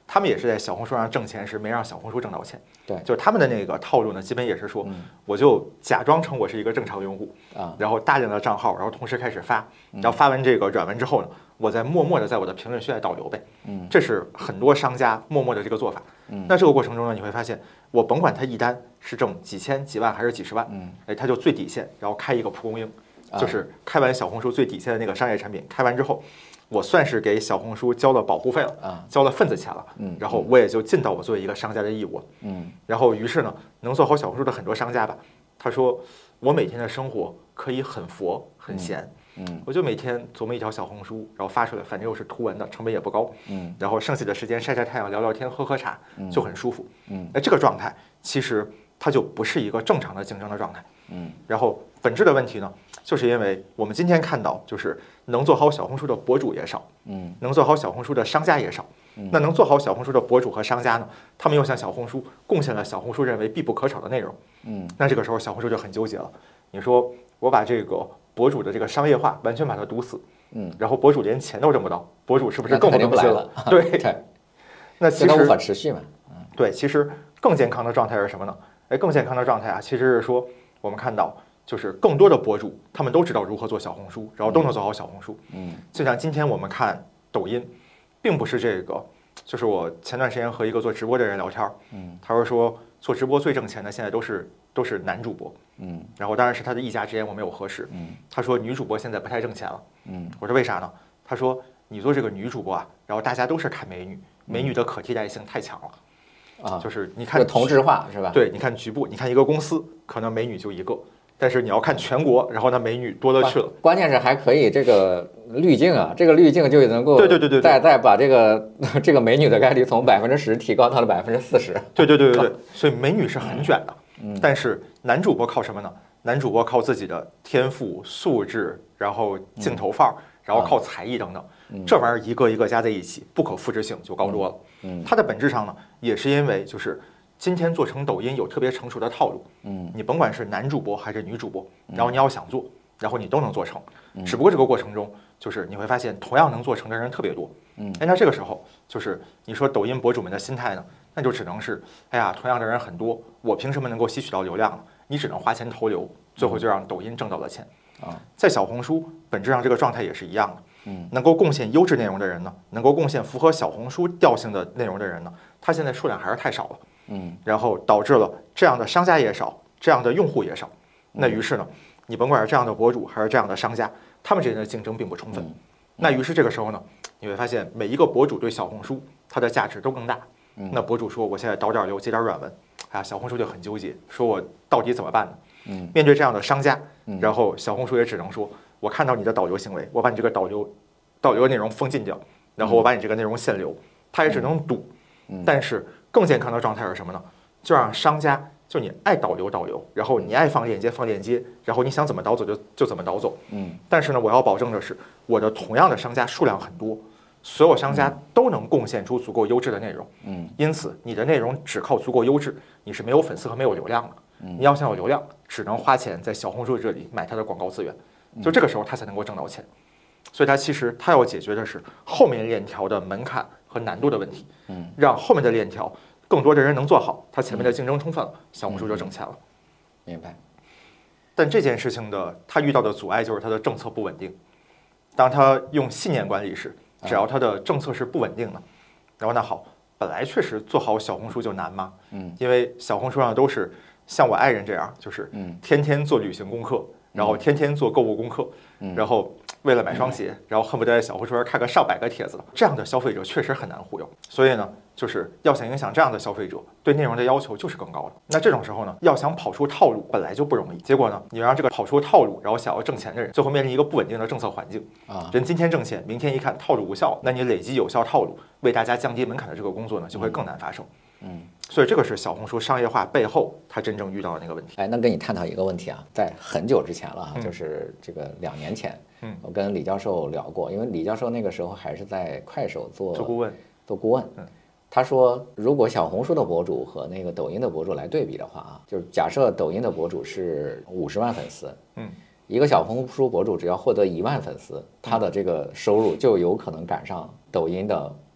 他们也是在小红书上挣钱时没让小红书挣到钱。 对， 就是他们的那个套路呢，基本也是说， 嗯、 我就假装成我是一个正常用户啊， 然后大量的账号，然后同时开始发，然后发完这个软文之后呢，我再默默的在我的评论区来导流呗。 嗯， 这是很多商家默默的这个做法。 嗯， 那这个过程中呢，你会发现，我甭管他一单是挣几千、几万还是几十万， 嗯， 哎，他就最底线，然后开一个蒲公英，就是开完小红书最底线的那个商业产品，开完之后。我算是给小红书交了保护费了，啊，交了份子钱了，嗯，然后我也就尽到我作为一个商家的义务， 嗯， 然后于是呢，能做好小红书的很多商家吧，他说我每天的生活可以很佛很闲，嗯，我就每天琢磨一条小红书，然后发出来，反正又是图文的，成本也不高，嗯，然后剩下的时间晒晒太阳、聊聊天、喝喝茶，就很舒服，嗯，那这个状态其实它就不是一个正常的竞争的状态，嗯，然后本质的问题呢，就是因为我们今天看到就是能做好小红书的博主也少，嗯，能做好小红书的商家也少，嗯，那能做好小红书的博主和商家呢，他们又向小红书贡献了小红书认为必不可少的内容，嗯，那这个时候小红书就很纠结了，你说我把这个博主的这个商业化完全把它堵死，嗯，然后博主连钱都挣不到，博主是不是更不能来了？对，那其实无法持续嘛， 嗯，对，其实更健康的状态是什么呢？哎，更健康的状态啊，其实是说我们看到。就是更多的博主，他们都知道如何做小红书，然后都能做好小红书。嗯，就像今天我们看抖音，并不是这个，就是我前段时间和一个做直播的人聊天，嗯，他说说做直播最挣钱的现在都是都是男主播，嗯，然后当然是他的一家之言我没有核实，嗯，他说女主播现在不太挣钱了，嗯，我说为啥呢？他说你做这个女主播啊，然后大家都是看美女，美女的可替代性太强了，啊，就是你看同质化是吧？ 对，你看局部，你看一个公司可能美女就一个。但是你要看全国，然后那美女多了去了。 关键是还可以这个滤镜啊，这个滤镜就能够对对对对， 再再把这个这个美女的概率从百分之十提高到了百分之四十。 对对对对对，所以美女是很卷的。嗯，但是男主播靠什么呢？男主播靠自己的天赋、素质，然后镜头范儿，然后靠才艺等等，这玩意儿一个一个加在一起，不可复制性就高多了。嗯，它的本质上呢，也是因为就是。今天做成抖音有特别成熟的套路，嗯，你甭管是男主播还是女主播，然后你要想做，然后你都能做成，只不过这个过程中，就是你会发现同样能做成的人特别多，嗯，哎，那这个时候就是你说抖音博主们的心态呢，那就只能是，哎呀，同样的人很多，我凭什么能够吸取到流量呢？你只能花钱投流，最后就让抖音挣到了钱，啊，在小红书本质上这个状态也是一样的，嗯，能够贡献优质内容的人呢，能够贡献符合小红书调性的内容的人呢，他现在数量还是太少了。嗯，然后导致了这样的商家也少，这样的用户也少。那于是呢，你甭管是这样的博主还是这样的商家，他们之间的竞争并不充分。那于是这个时候呢，你会发现每一个博主对小红书它的价值都更大。那博主说我现在导点流接点软文，哎呀，小红书就很纠结，说我到底怎么办呢？嗯，面对这样的商家，然后小红书也只能说，我看到你的导流行为，我把你这个导流导流内容封禁掉，然后我把你这个内容限流，他也只能赌。但是更健康的状态是什么呢？就让商家，就你爱导流导流，然后你爱放链接放链接，然后你想怎么导走就就怎么导走。嗯。但是呢，我要保证的是，我的同样的商家数量很多，所有商家都能贡献出足够优质的内容。嗯。因此，你的内容只靠足够优质，你是没有粉丝和没有流量的。你要想有流量，只能花钱在小红书这里买它的广告资源，就这个时候它才能够挣到钱。所以它其实它要解决的是后面链条的门槛和难度的问题，嗯，让后面的链条更多的人能做好，它前面的竞争充分了，小红书就挣钱了。 明白。 但这件事情的它遇到的阻碍就是它的政策不稳定。当它用信念管理时，只要它的政策是不稳定的，然后那好，本来确实做好小红书就难嘛，嗯，因为小红书上都是像我爱人这样，就是天天做旅行功课，然后天天做购物功课，然后为了买双鞋，然后恨不得在小红书上看个上百个帖子，这样的消费者确实很难忽悠。所以呢，就是要想影响这样的消费者，对内容的要求就是更高的。那这种时候呢，要想跑出套路本来就不容易。结果呢，你让这个跑出套路，然后想要挣钱的人，最后面临一个不稳定的政策环境啊。人今天挣钱，明天一看套路无效，那你累积有效套路，为大家降低门槛的这个工作呢，就会更难发生。嗯，所以这个是小红书商业化背后它真正遇到的那个问题。 哎，那跟你探讨一个问题啊，在很久之前了啊，就是这个两年前，嗯，我跟李教授聊过，因为李教授那个时候还是在快手做做顾问， 做顾问。嗯，他说，如果小红书的博主和那个抖音的博主来对比的话啊，就是假设抖音的博主是五十万粉丝，嗯，一个小红书博主只要获得一万粉丝，他的这个收入就有可能赶上抖音的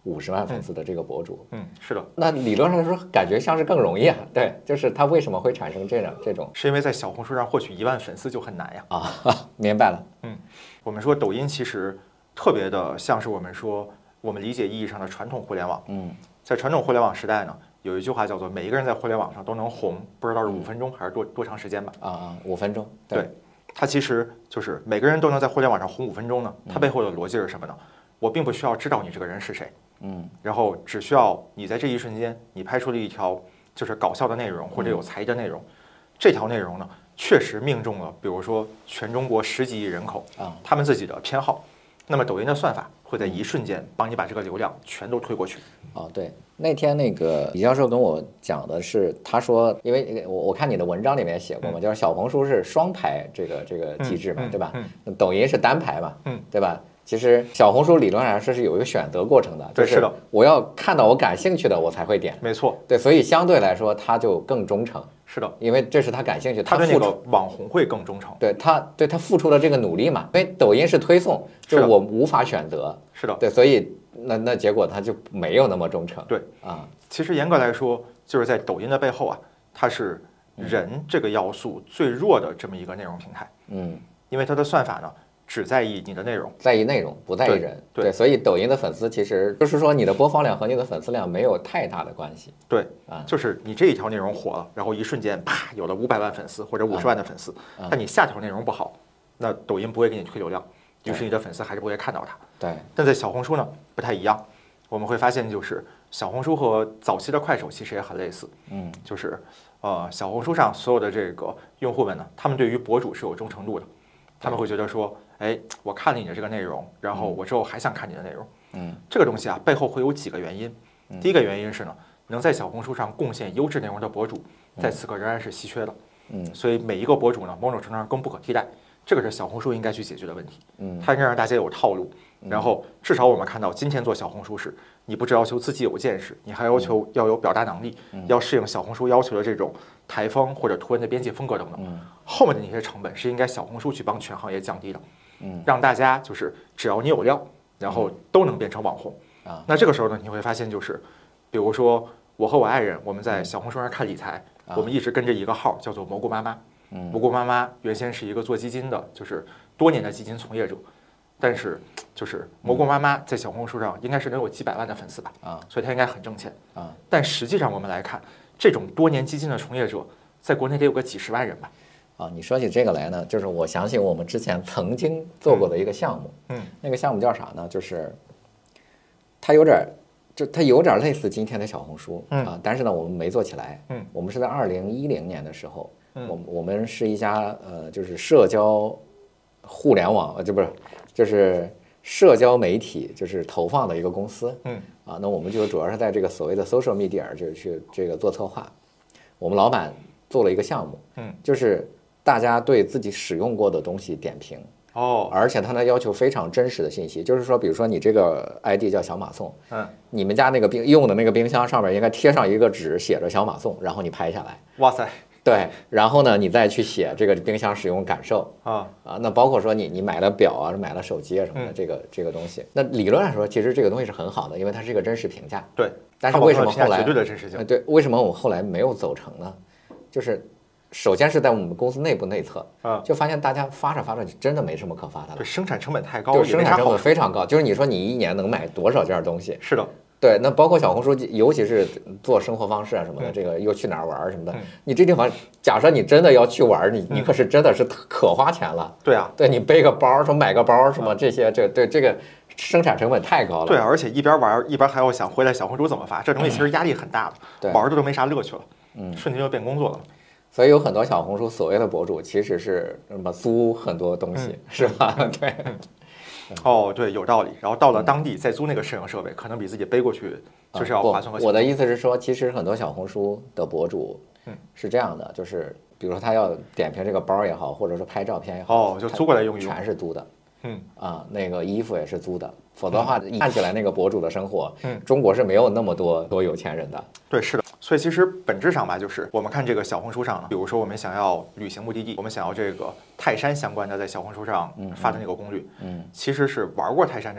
五十万粉丝的这个博主。 嗯，是的。 那理论上来说，感觉像是更容易啊。对，就是他为什么会产生这样这种？ 是因为在小红书上获取一万粉丝就很难呀。 啊，明白了。 嗯，我们说抖音其实特别的像是我们说我们理解意义上的传统互联网。 嗯， 在传统互联网时代呢，有一句话叫做每一个人在互联网上都能红，不知道是五分钟还是多多长时间吧？ 啊啊，五分钟。 对。对，它其实就是每个人都能在互联网上红五分钟呢。它背后的逻辑是什么呢？我并不需要知道你这个人是谁， 嗯， 然后只需要你在这一瞬间，你拍出了一条就是搞笑的内容或者有才艺的内容，嗯、这条内容呢，确实命中了，比如说全中国十几亿人口啊，他们自己的偏好。那么抖音的算法会在一瞬间帮你把这个流量全都推过去。 哦，对，那天那个李教授跟我讲的是，他说，因为我我看你的文章里面写过嘛， 嗯、 就是小红书是双排这个这个机制嘛， 嗯、 对吧？ 嗯， 抖音是单排嘛， 嗯， 对吧？其实小红书理论上是是有一个选择过程的，就是我要看到我感兴趣的我才会点。 没错， 对，所以相对来说它就更忠诚。 是的， 因为这是他感兴趣， 他对那个网红会更忠诚。 对他，对他付出了这个努力嘛。因为抖音是推送，就我无法选择。 是的， 对，所以那那结果他就没有那么忠诚。 对啊，其实严格来说，就是在抖音的背后啊，它是人这个要素最弱的这么一个内容平台。 嗯， 因为它的算法呢，只在意你的内容， 在意内容，不在意人。 对， 对，所以抖音的粉丝其实就是说你的播放量和你的粉丝量没有太大的关系。 对啊， 就是你这一条内容火了，然后一瞬间啪有了五百万粉丝或者五十万的粉丝， 啊、 但你下条内容不好，那抖音不会给你推流量，于是你的粉丝还是不会看到它。 对， 但在小红书呢不太一样，我们会发现就是小红书和早期的快手其实也很类似。 嗯， 就是呃小红书上所有的这个用户们呢，他们对于博主是有忠诚度的，他们会觉得说，哎，我看了你的这个内容，然后我之后还想看你的内容。 嗯， 这个东西啊背后会有几个原因。第一个原因是呢，能在小红书上贡献优质内容的博主，在此刻仍然是稀缺的。 嗯， 所以每一个博主呢，某种程度上更不可替代，这个是小红书应该去解决的问题。 嗯， 它应该让大家有套路，然后至少我们看到今天做小红书时，你不只要求自己有见识，你还要求要有表达能力，要适应小红书要求的这种台风或者图文的编辑风格等等。 嗯， 后面的那些成本是应该小红书去帮全行业降低的。 嗯， 让大家就是只要你有料，然后都能变成网红。 啊， 那这个时候呢，你会发现就是，比如说我和我爱人，我们在小红书上看理财，我们一直跟着一个号叫做蘑菇妈妈。 嗯， 蘑菇妈妈原先是一个做基金的，就是多年的基金从业者，但是就是蘑菇妈妈在小红书上应该是能有几百万的粉丝吧， 啊， 所以她应该很挣钱啊。 但实际上我们来看，这种多年基金的从业者，在国内得有个几十万人吧。 啊，你说起这个来呢，就是我想起我们之前曾经做过的一个项目， 嗯， 那个项目叫啥呢？就是它有点，就它有点类似今天的小红书， 嗯啊，但是呢，我们没做起来， 嗯， 我们是在二零一零年的时候， 嗯， 我我们是一家呃，就是社交互联网，呃，就不是，就是社交媒体，就是投放的一个公司， 嗯， 啊，那我们就主要是在这个所谓的 social media 就是去这个做策划，我们老板做了一个项目， 嗯， 就是大家对自己使用过的东西点评哦， 而且它呢要求非常真实的信息，就是说，比如说你这个 I D 叫小马送， 嗯， 你们家那个冰用的那个冰箱上面应该贴上一个纸，写着小马送，然后你拍下来， 哇塞， 对，然后呢你再去写这个冰箱使用感受啊啊，那包括说你你买了表啊，买了手机啊什么的， 嗯、 这个这个东西，那理论上说，其实这个东西是很好的，因为它是一个真实评价， 对， 但是为什么后来绝对的真实性？ 对，为什么我们后来没有走成呢？就是首先是在我们公司内部内测， 啊， 就发现大家发着发着就真的没什么可发的了， 对，生产成本太高， 就生产成本非常高。就是你说你一年能买多少件东西？ 是的， 对，那包括小红书，尤其是做生活方式啊什么的， 嗯、 这个又去哪儿玩什么的， 嗯、 你这地方，假设你真的要去玩，你你可是真的是可花钱了。 对啊， 对你背个包，说买个包什么这些，这对这个生产成本太高了。 对，而且一边玩一边还要想回来小红书怎么发，这东西其实压力很大的， 对， 玩的都没啥乐趣了， 嗯， 瞬间就变工作了。 所以有很多小红书所谓的博主，其实是什么租很多东西， 嗯、 是吧？对。 哦，对，有道理。然后到了当地再租那个摄影设备，可能比自己背过去就是要划算个。 我的意思是说，其实很多小红书的博主， 嗯， 是这样的，就是比如说他要点评这个包也好，或者说拍照片也好， 哦，就租过来用一用， 全是租的。 嗯啊，那个衣服也是租的，否则的话，看起来那个博主的生活， 嗯， 中国是没有那么多多有钱人的。 对，是的。所以其实本质上吧，就是我们看这个小红书上呢，比如说我们想要旅行目的地，我们想要这个泰山相关的，在小红书上发的那个攻略， 嗯， 其实是玩过泰山的人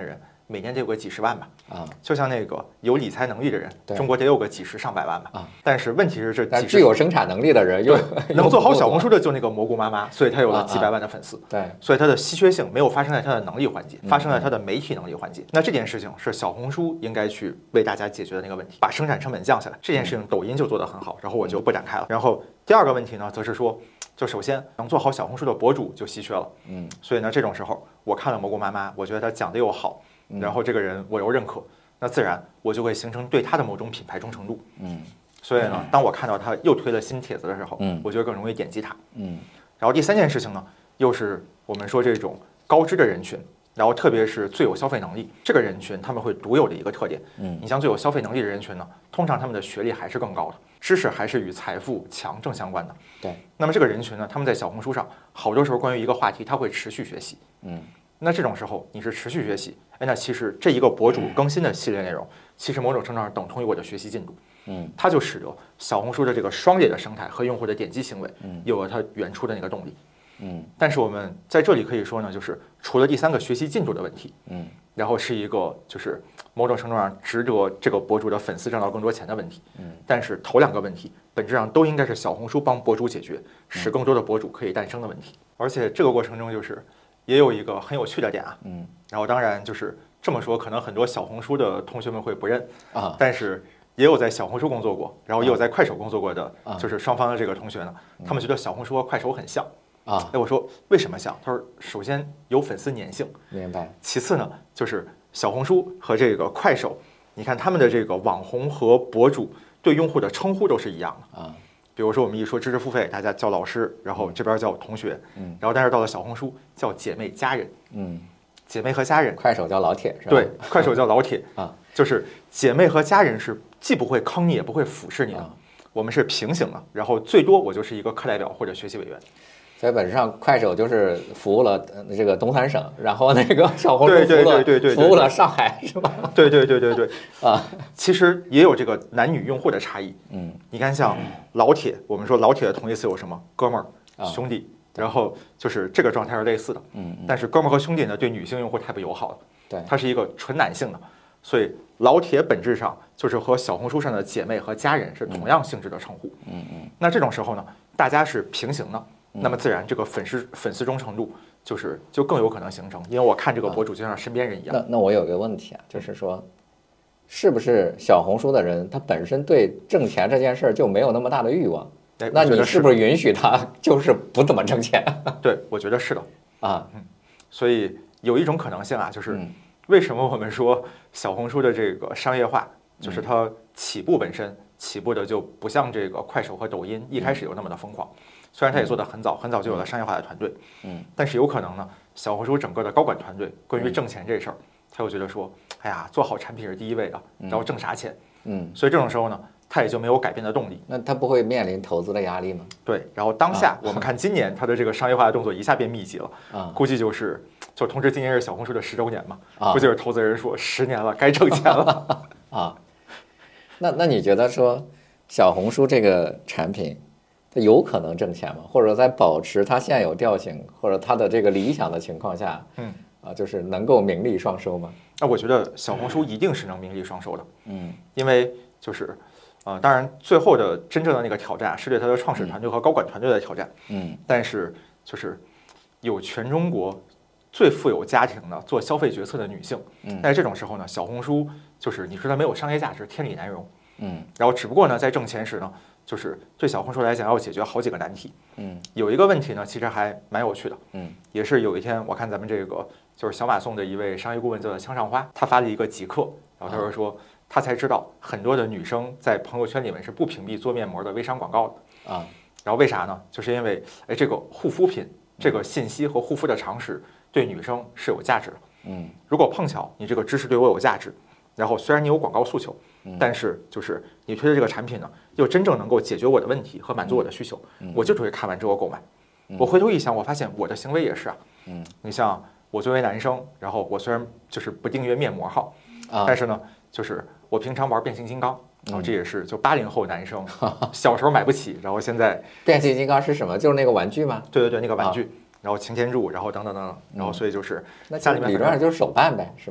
每年得有个几十万吧。 啊， 就像那个有理财能力的人，中国得有个几十上百万吧。 啊， 但是问题是这几十具有生产能力的人又能做好小红书的就那个蘑菇妈妈，所以她有了几百万的粉丝。 对， 所以它的稀缺性没有发生在它的能力环节，发生在它的媒体能力环节。那这件事情是小红书应该去为大家解决的那个问题，把生产成本降下来。这件事情抖音就做得很好，然后我就不展开了。然后第二个问题呢，则是说，就首先能做好小红书的博主就稀缺了。嗯，所以呢，这种时候我看了蘑菇妈妈，我觉得她讲的又好，然后这个人我又认可，那自然我就会形成对他的某种品牌忠诚度。嗯，所以呢，当我看到他又推了新帖子的时候，嗯，我就会更容易点击他。嗯，然后第三件事情呢，又是我们说这种高知的人群，然后特别是最有消费能力这个人群，他们会独有的一个特点。嗯，你像最有消费能力的人群呢，通常他们的学历还是更高的，知识还是与财富强正相关的。 对， 那么这个人群呢，他们在小红书上好多时候关于一个话题，他会持续学习。嗯，那这种时候你是持续学习，哎，那其实这一个博主更新的系列内容，其实某种程度上等同于我的学习进度。嗯，它就使得小红书的这个双列的生态和用户的点击行为，嗯，有了它原初的那个动力。嗯，但是我们在这里可以说呢，就是除了第三个学习进度的问题，嗯，然后是一个就是某种程度上值得这个博主的粉丝挣到更多钱的问题，嗯，但是头两个问题本质上都应该是小红书帮博主解决，使更多的博主可以诞生的问题。而且这个过程中就是也有一个很有趣的点啊，嗯，然后当然就是这么说，可能很多小红书的同学们会不认啊，但是也有在小红书工作过，然后也有在快手工作过的，就是双方的这个同学呢，他们觉得小红书和快手很像。啊，哎，我说为什么像？他说，首先有粉丝粘性， 明白。 其次呢，就是小红书和这个快手，你看他们的这个网红和博主对用户的称呼都是一样的啊。比如说我们一说知识付费，大家叫老师，然后这边叫同学，嗯，然后但是到了小红书叫姐妹家人，嗯，姐妹和家人。 快手叫老铁是吧？ 对，快手叫老铁啊，就是姐妹和家人是既不会坑你也不会俯视你的，我们是平行的，然后最多我就是一个课代表或者学习委员。 所以本质上，快手就是服务了这个东三省，然后那个小红书服务了服务了上海，是吧？ 对对对对对啊，其实也有这个男女用户的差异。嗯，你看像老铁，我们说老铁的同义词有什么？哥们儿、兄弟，然后就是这个状态是类似的。嗯，但是哥们儿和兄弟呢，对女性用户太不友好了。 对， 它是一个纯男性的，所以老铁本质上就是和小红书上的姐妹和家人是同样性质的称呼。嗯嗯，那这种时候呢，大家是平行的。那么自然，这个粉丝粉丝忠诚度就是就更有可能形成，因为我看这个博主就像身边人一样。 那那我有一个问题啊，就是说，是不是小红书的人他本身对挣钱这件事儿就没有那么大的欲望？那你是不是允许他就是不怎么挣钱？ 对，我觉得是的啊，嗯，所以有一种可能性啊，就是为什么我们说小红书的这个商业化，就是它起步本身起步的就不像这个快手和抖音一开始有那么的疯狂。虽然他也做得很早，很早就有了商业化的团队，嗯，但是有可能呢，小红书整个的高管团队关于挣钱这事儿，他又觉得说，哎呀，做好产品是第一位的，然后挣啥钱，嗯，所以这种时候呢，他也就没有改变的动力。 那他不会面临投资的压力吗？ 对，然后当下我们看今年他的这个商业化的动作一下变密集了，啊，估计就是就同时今年是小红书的十周年嘛，估计是投资人说十年了，该挣钱了啊。那那你觉得说小红书这个产品？它有可能挣钱吗？或者在保持它现有调性或者它的这个理想的情况下，嗯啊，就是能够名利双收吗？ 那我觉得小红书一定是能名利双收的，嗯，因为就是，呃，当然最后的真正的那个挑战是对它的创始团队和高管团队的挑战，嗯，但是就是有全中国最富有家庭的做消费决策的女性，嗯，但是这种时候呢，小红书就是你说它没有商业价值，天理难容，嗯，然后只不过呢，在挣钱时呢。就是对小红书来讲，要解决好几个难题。嗯，有一个问题呢，其实还蛮有趣的。嗯，也是有一天我看咱们这个就是小马送的一位商业顾问叫枪上花，他发了一个极客，然后他就说他才知道很多的女生在朋友圈里面是不屏蔽做面膜的微商广告的啊。然后为啥呢？就是因为哎，这个护肤品这个信息和护肤的常识对女生是有价值的。嗯，如果碰巧你这个知识对我有价值，然后虽然你有广告诉求。但是就是你推的这个产品呢，又真正能够解决我的问题和满足我的需求，我就只会看完之后购买。我回头一想，我发现我的行为也是啊。嗯，你像我作为男生，然后我虽然就是不订阅面膜号，但是呢，就是我平常玩变形金刚，然后这也是就八零后男生小时候买不起，然后现在变形金刚是什么？就是那个玩具吗？ 对对对，那个玩具，然后擎天柱，然后等等等等，然后所以就是那家里面理论上就是手办呗，是吗？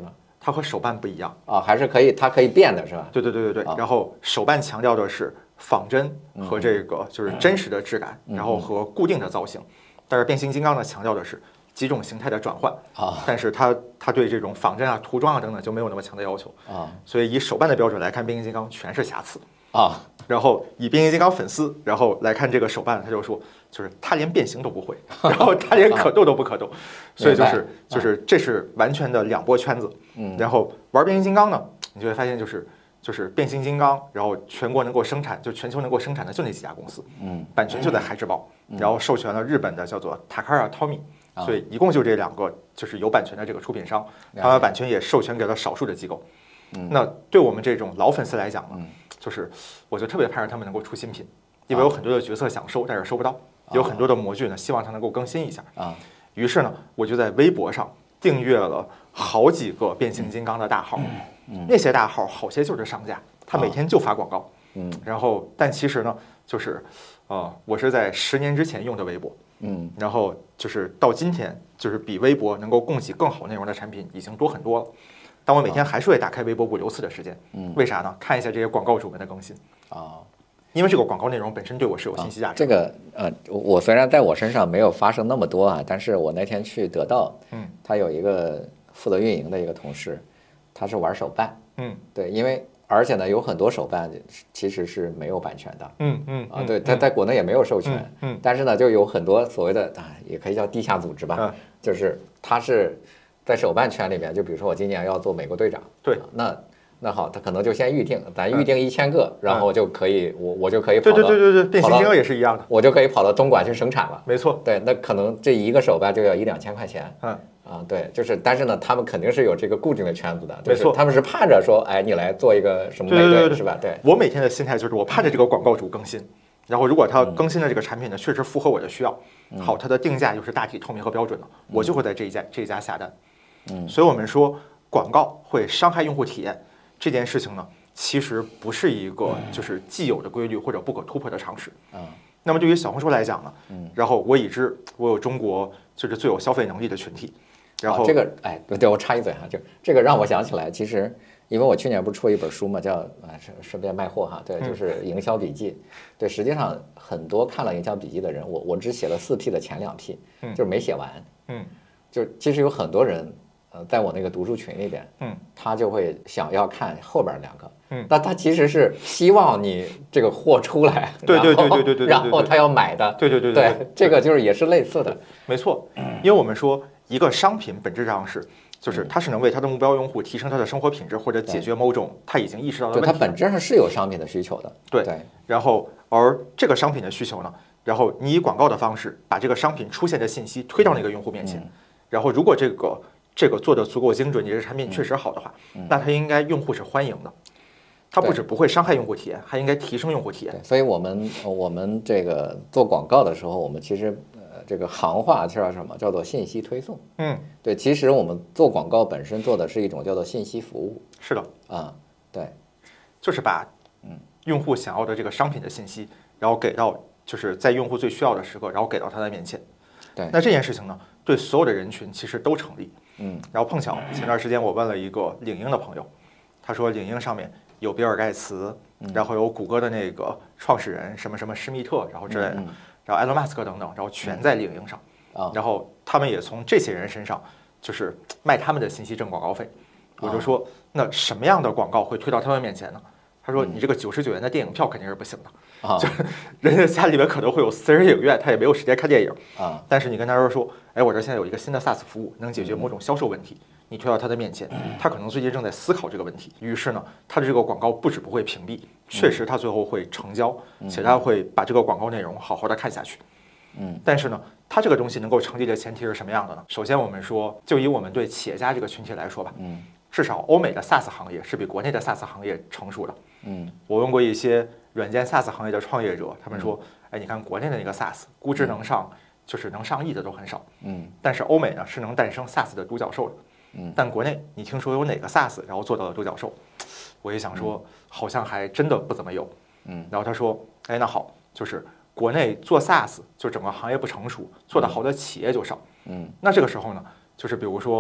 它和手办不一样啊，还是可以，它可以变的是吧？ 对对对对对。 啊、 然后手办强调的是仿真和这个就是真实的质感， 嗯、 然后和固定的造型。但是变形金刚呢，强调的是几种形态的转换啊， 但是它它对这种仿真啊、涂装啊等等就没有那么强的要求啊。 所以以手办的标准来看，变形金刚全是瑕疵啊。 然后以变形金刚粉丝，然后来看这个手办，他就说，就是他连变形都不会，然后他连可动都不可动，所以就是就是这是完全的两拨圈子。 嗯， 然后玩变形金刚呢，你就会发现就是就是变形金刚，然后全国能够生产，就全球能够生产的就那几家公司， 嗯， 版权就在孩之宝，然后授权了日本的叫做 Takara Tomy，所以一共就这两个就是有版权的这个出品商，他把版权也授权给了少数的机构。那对我们这种老粉丝来讲呢？就是我就特别盼着他们能够出新品，因为有很多的角色想收，但是收不到；有很多的模具呢，希望它能够更新一下啊。 于是呢，我就在微博上订阅了好几个变形金刚的大号，那些大号好些就是商家，他每天就发广告。 嗯， 然后但其实呢，就是呃，我是在十年之前用的微博， 嗯， 然后就是到今天，就是比微博能够供给更好内容的产品已经多很多了。但我每天还是会打开微博五六次的时间，嗯，为啥呢？看一下这些广告主们的更新啊， 因为这个广告内容本身对我是有信息价值。 这个呃，我虽然在我身上没有发生那么多啊，但是我那天去得到， 嗯， 他有一个负责运营的一个同事，他是玩手办， 嗯， 对，因为而且呢，有很多手办其实是没有版权的， 嗯嗯啊，对，他在国内也没有授权， 嗯， 但是呢，就有很多所谓的啊，也可以叫地下组织吧，就是他是。在手办圈里面，就比如说我今年要做美国队长， 对， 那那好，他可能就先预定，咱预定一千个， 嗯、 然后就可以，我我就可以跑到， 对对对对对，变形金刚也是一样的， 我就可以跑到东莞去生产了， 没错， 对，那可能这一个手办就要一两千块钱， 嗯啊，对，就是，但是呢，他们肯定是有这个固定的圈子的， 没错， 他们是盼着说，哎，你来做一个什么美队是吧？对， 我每天的心态就是我盼着这个广告主更新。然后，如果他更新的这个产品呢，确实符合我的需要，好，它的定价又是大体透明和标准的，我就会在这一家这一家下单。嗯，所以我们说广告会伤害用户体验这件事情呢，其实不是一个就是既有的规律或者不可突破的常识。 嗯， 那么对于小红书来讲呢，嗯，然后我已知我有中国就是最有消费能力的群体，然后、 哦、这个哎，对我插一嘴哈，就这个让我想起来，其实因为我去年不是出一本书嘛，叫啊顺顺便卖货哈，对，就是营销笔记。嗯、对，实际上很多看了营销笔记的人，我我只写了四 P 的前两 P，嗯，就是没写完， 嗯， 就其实有很多人。呃，在我那个读书群里边， 嗯， 他就会想要看后边两个， 嗯， 但他其实是希望你这个货出来， 对对对对对对， 然后他要买的， 对对对对，这个就是也是类似的， 没错，因为我们说一个商品本质上是，就是它是能为它的目标用户提升他的生活品质或者解决某种他已经意识到的问题， 它本质上是有商品的需求的， 对对， 然后而这个商品的需求呢，然后你以广告的方式把这个商品出现的信息推到那个用户面前，然后如果这个。这个做的足够精准，你这产品确实好的话，嗯、那它应该用户是欢迎的，它不止不会伤害用户体验，还应该提升用户体验。 所以我们我们这个做广告的时候，我们其实呃这个行话叫什么？叫做信息推送。 嗯， 对，其实我们做广告本身做的是一种叫做信息服务。 是的， 啊、嗯，对， 就是把嗯用户想要的这个商品的信息，然后给到就是在用户最需要的时刻，然后给到他的面前。 对， 那这件事情呢，对所有的人群其实都成立。 嗯， 然后碰巧前段时间我问了一个领英的朋友，他说领英上面有比尔盖茨，然后有谷歌的那个创始人什么什么施密特，然后之类的，然后埃隆马斯克等等，然后全在领英上，然后他们也从这些人身上就是卖他们的信息挣广告费。我就说，那什么样的广告会推到他们面前呢？他说：“你这个九十九元的电影票肯定是不行的，啊、就是人家家里面可能会有私人影院，他也没有时间看电影啊。 但是你跟他说说，哎，我这现在有一个新的 SaaS 服务，能解决某种销售问题，你推到他的面前，他可能最近正在思考这个问题。于是呢，他的这个广告不止不会屏蔽，确实他最后会成交，且他会把这个广告内容好好的看下去。 嗯， 但是呢，它这个东西能够成立的前提是什么样的呢？首先，我们说，就以我们对企业家这个群体来说吧， 嗯。” 至少欧美的 SaaS 行业是比国内的 SaaS 行业成熟的。 嗯， 我问过一些软件 SaaS 行业的创业者，他们说，哎，你看国内的那个 SaaS 估值能上，就是能上亿的都很少。 嗯， 但是欧美呢是能诞生 SaaS 的独角兽的。 嗯， 但国内你听说有哪个 SaaS 然后做到了独角兽？我也想说，好像还真的不怎么有。 嗯， 然后他说，哎，那好，就是国内做 SaaS 就整个行业不成熟，做得好的企业就少。 嗯， 那这个时候呢，就是比如说。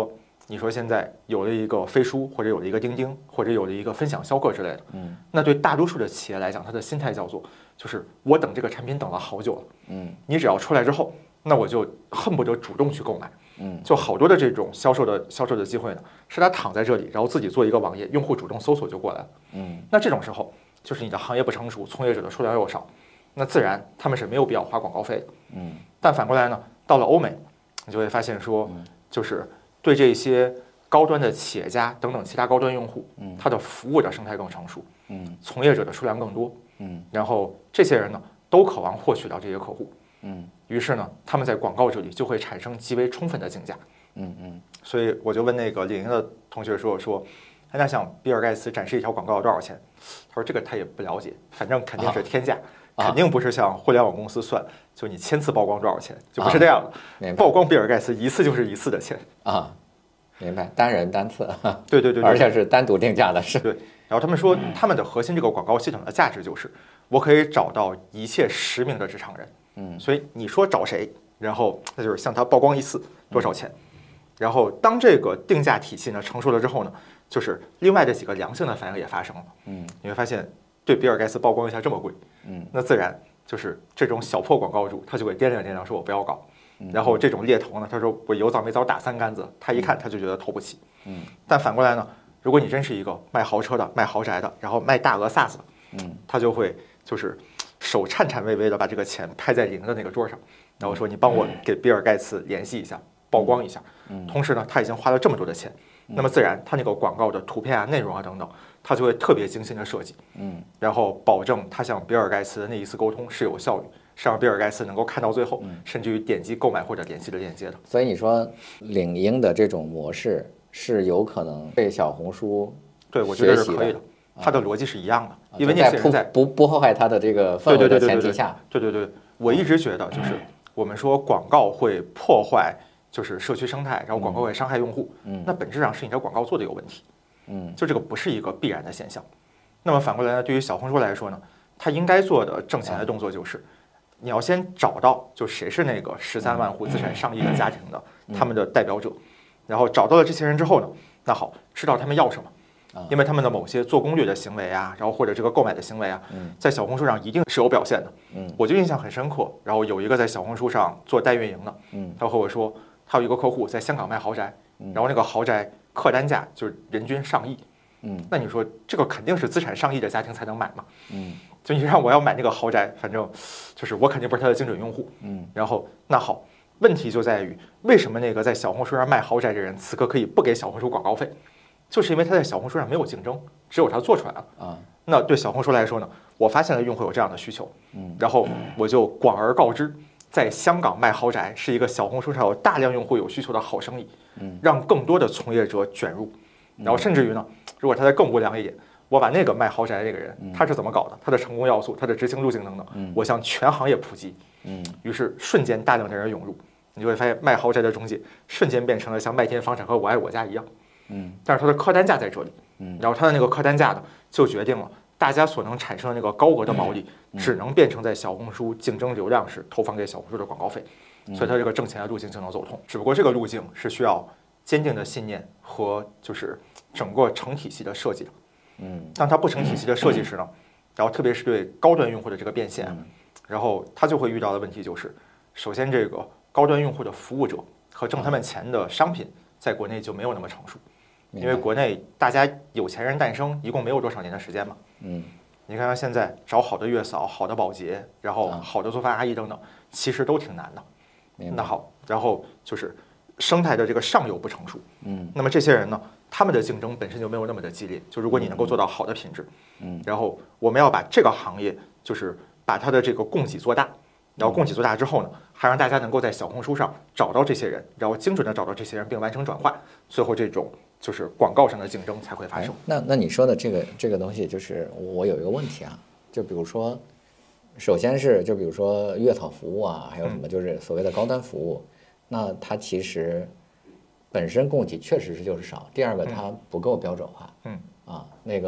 你说现在有了一个飞书，或者有了一个钉钉，或者有了一个分享销客之类的， 嗯， 那对大多数的企业来讲，它的心态叫做就是我等这个产品等了好久了， 嗯， 你只要出来之后，那我就恨不得主动去购买， 嗯， 就好多的这种销售的销售的机会呢，是他躺在这里，然后自己做一个网页，用户主动搜索就过来了， 嗯， 那这种时候就是你的行业不成熟，从业者的数量又少，那自然他们是没有必要花广告费的， 嗯， 但反过来呢，到了欧美，你就会发现说，就是对这些高端的企业家等等其他高端用户，嗯，他的服务的生态更成熟，嗯，从业者的数量更多，嗯，然后这些人呢都渴望获取到这些客户，嗯，于是呢他们在广告这里就会产生极为充分的竞价，嗯嗯，所以我就问那个领英的同学说说，哎，那像比尔盖茨展示一条广告要多少钱？他说这个他也不了解，反正肯定是天价。 啊、 肯定不是像互联网公司算，就你千次曝光多少钱，就不是这样的。 啊、 曝光比尔盖茨一次就是一次的钱啊，明白？单人单次， 对对 对, 对， 而且是单独定价的，是。 对。然后他们说，他们的核心这个广告系统的价值就是，我可以找到一切实名的职场人，嗯，所以你说找谁，然后那就是向他曝光一次多少钱。嗯、然后当这个定价体系呢成熟了之后呢，就是另外的几个良性的反应也发生了，嗯，你会发现。对比尔盖茨曝光一下这么贵，嗯，那自然就是这种小破广告主，他就会掂量掂量，说我不要搞。然后这种猎头呢，他说我有枣没枣打三竿子，他一看他就觉得投不起，嗯。但反过来呢，如果你真是一个卖豪车的、卖豪宅的，然后卖大额 SaaS 的，嗯，他就会就是手颤颤巍巍的把这个钱拍在领英的那个桌上，然后说你帮我给比尔盖茨联系一下，曝光一下。嗯。同时呢，他已经花了这么多的钱，那么自然他那个广告的图片啊、内容啊等等。他就会特别精心的设计，嗯，然后保证他向比尔盖茨的那一次沟通是有效率，是让比尔盖茨能够看到最后，嗯、甚至于点击购买或者联系的链接的。 所以你说领英的这种模式是有可能被小红书对，我觉得是可以的，它的逻辑是一样的， 啊、 因为那些人在不不破坏它的这个氛围的前提下， 对对对对，我一直觉得就是我们说广告会破坏就是社区生态，然后广告会伤害用户，嗯，那本质上是你的广告做的有问题。嗯，就这个不是一个必然的现象。那么反过来呢，对于小红书来说呢，它应该做的挣钱的动作就是，你要先找到就谁是那个十三万户资产上亿的家庭的他们的代表者，然后找到了这些人之后呢，那好，知道他们要什么，因为他们的某些做攻略的行为啊，然后或者这个购买的行为啊，在小红书上一定是有表现的。嗯，我就印象很深刻。然后有一个在小红书上做代运营的，嗯，他和我说，他有一个客户在香港卖豪宅，然后那个豪宅。客单价就是人均上亿，嗯，那你说这个肯定是资产上亿的家庭才能买嘛，嗯，就你让我要买那个豪宅，反正就是我肯定不是他的精准用户，嗯，然后那好，问题就在于为什么那个在小红书上卖豪宅的人，此刻可以不给小红书广告费，就是因为他在小红书上没有竞争，只有他做出来了啊。那对小红书来说呢，我发现了用户有这样的需求，嗯，然后我就广而告之。在香港卖豪宅是一个小红书上有大量用户有需求的好生意，嗯，让更多的从业者卷入，然后甚至于呢，如果他再更无良一点，我把那个卖豪宅的那个人他是怎么搞的，他的成功要素、他的执行路径等等，我向全行业普及，嗯，于是瞬间大量的人涌入，你就会发现卖豪宅的中介瞬间变成了像麦田房产和我爱我家一样，嗯，但是它的客单价在这里，嗯，然后它的那个客单价呢，就决定了。大家所能产生的那个高额的毛利，只能变成在小红书竞争流量时投放给小红书的广告费，所以它这个挣钱的路径就能走通。只不过这个路径是需要坚定的信念和就是整个成体系的设计的。嗯，当它不成体系的设计时呢，然后特别是对高端用户的这个变现，然后它就会遇到的问题就是，首先这个高端用户的服务者和挣他们钱的商品，在国内就没有那么成熟。因为国内大家有钱人诞生一共没有多少年的时间嘛，嗯，你看看现在找好的月嫂、好的保洁，然后好的做饭阿姨等等，其实都挺难的。那好，然后就是生态的这个上游不成熟，嗯，那么这些人呢，他们的竞争本身就没有那么的激烈。就如果你能够做到好的品质，嗯，然后我们要把这个行业就是把它的这个供给做大，然后供给做大之后呢，还让大家能够在小红书上找到这些人，然后精准的找到这些人并完成转化，最后这种。就是广告上的竞争才会发生。 那那你说的这个这个东西，就是我有一个问题啊，就比如说，首先是就比如说月草服务啊，还有什么就是所谓的高端服务，那它其实本身供给确实是就是少。第二个，它不够标准化。嗯啊，那个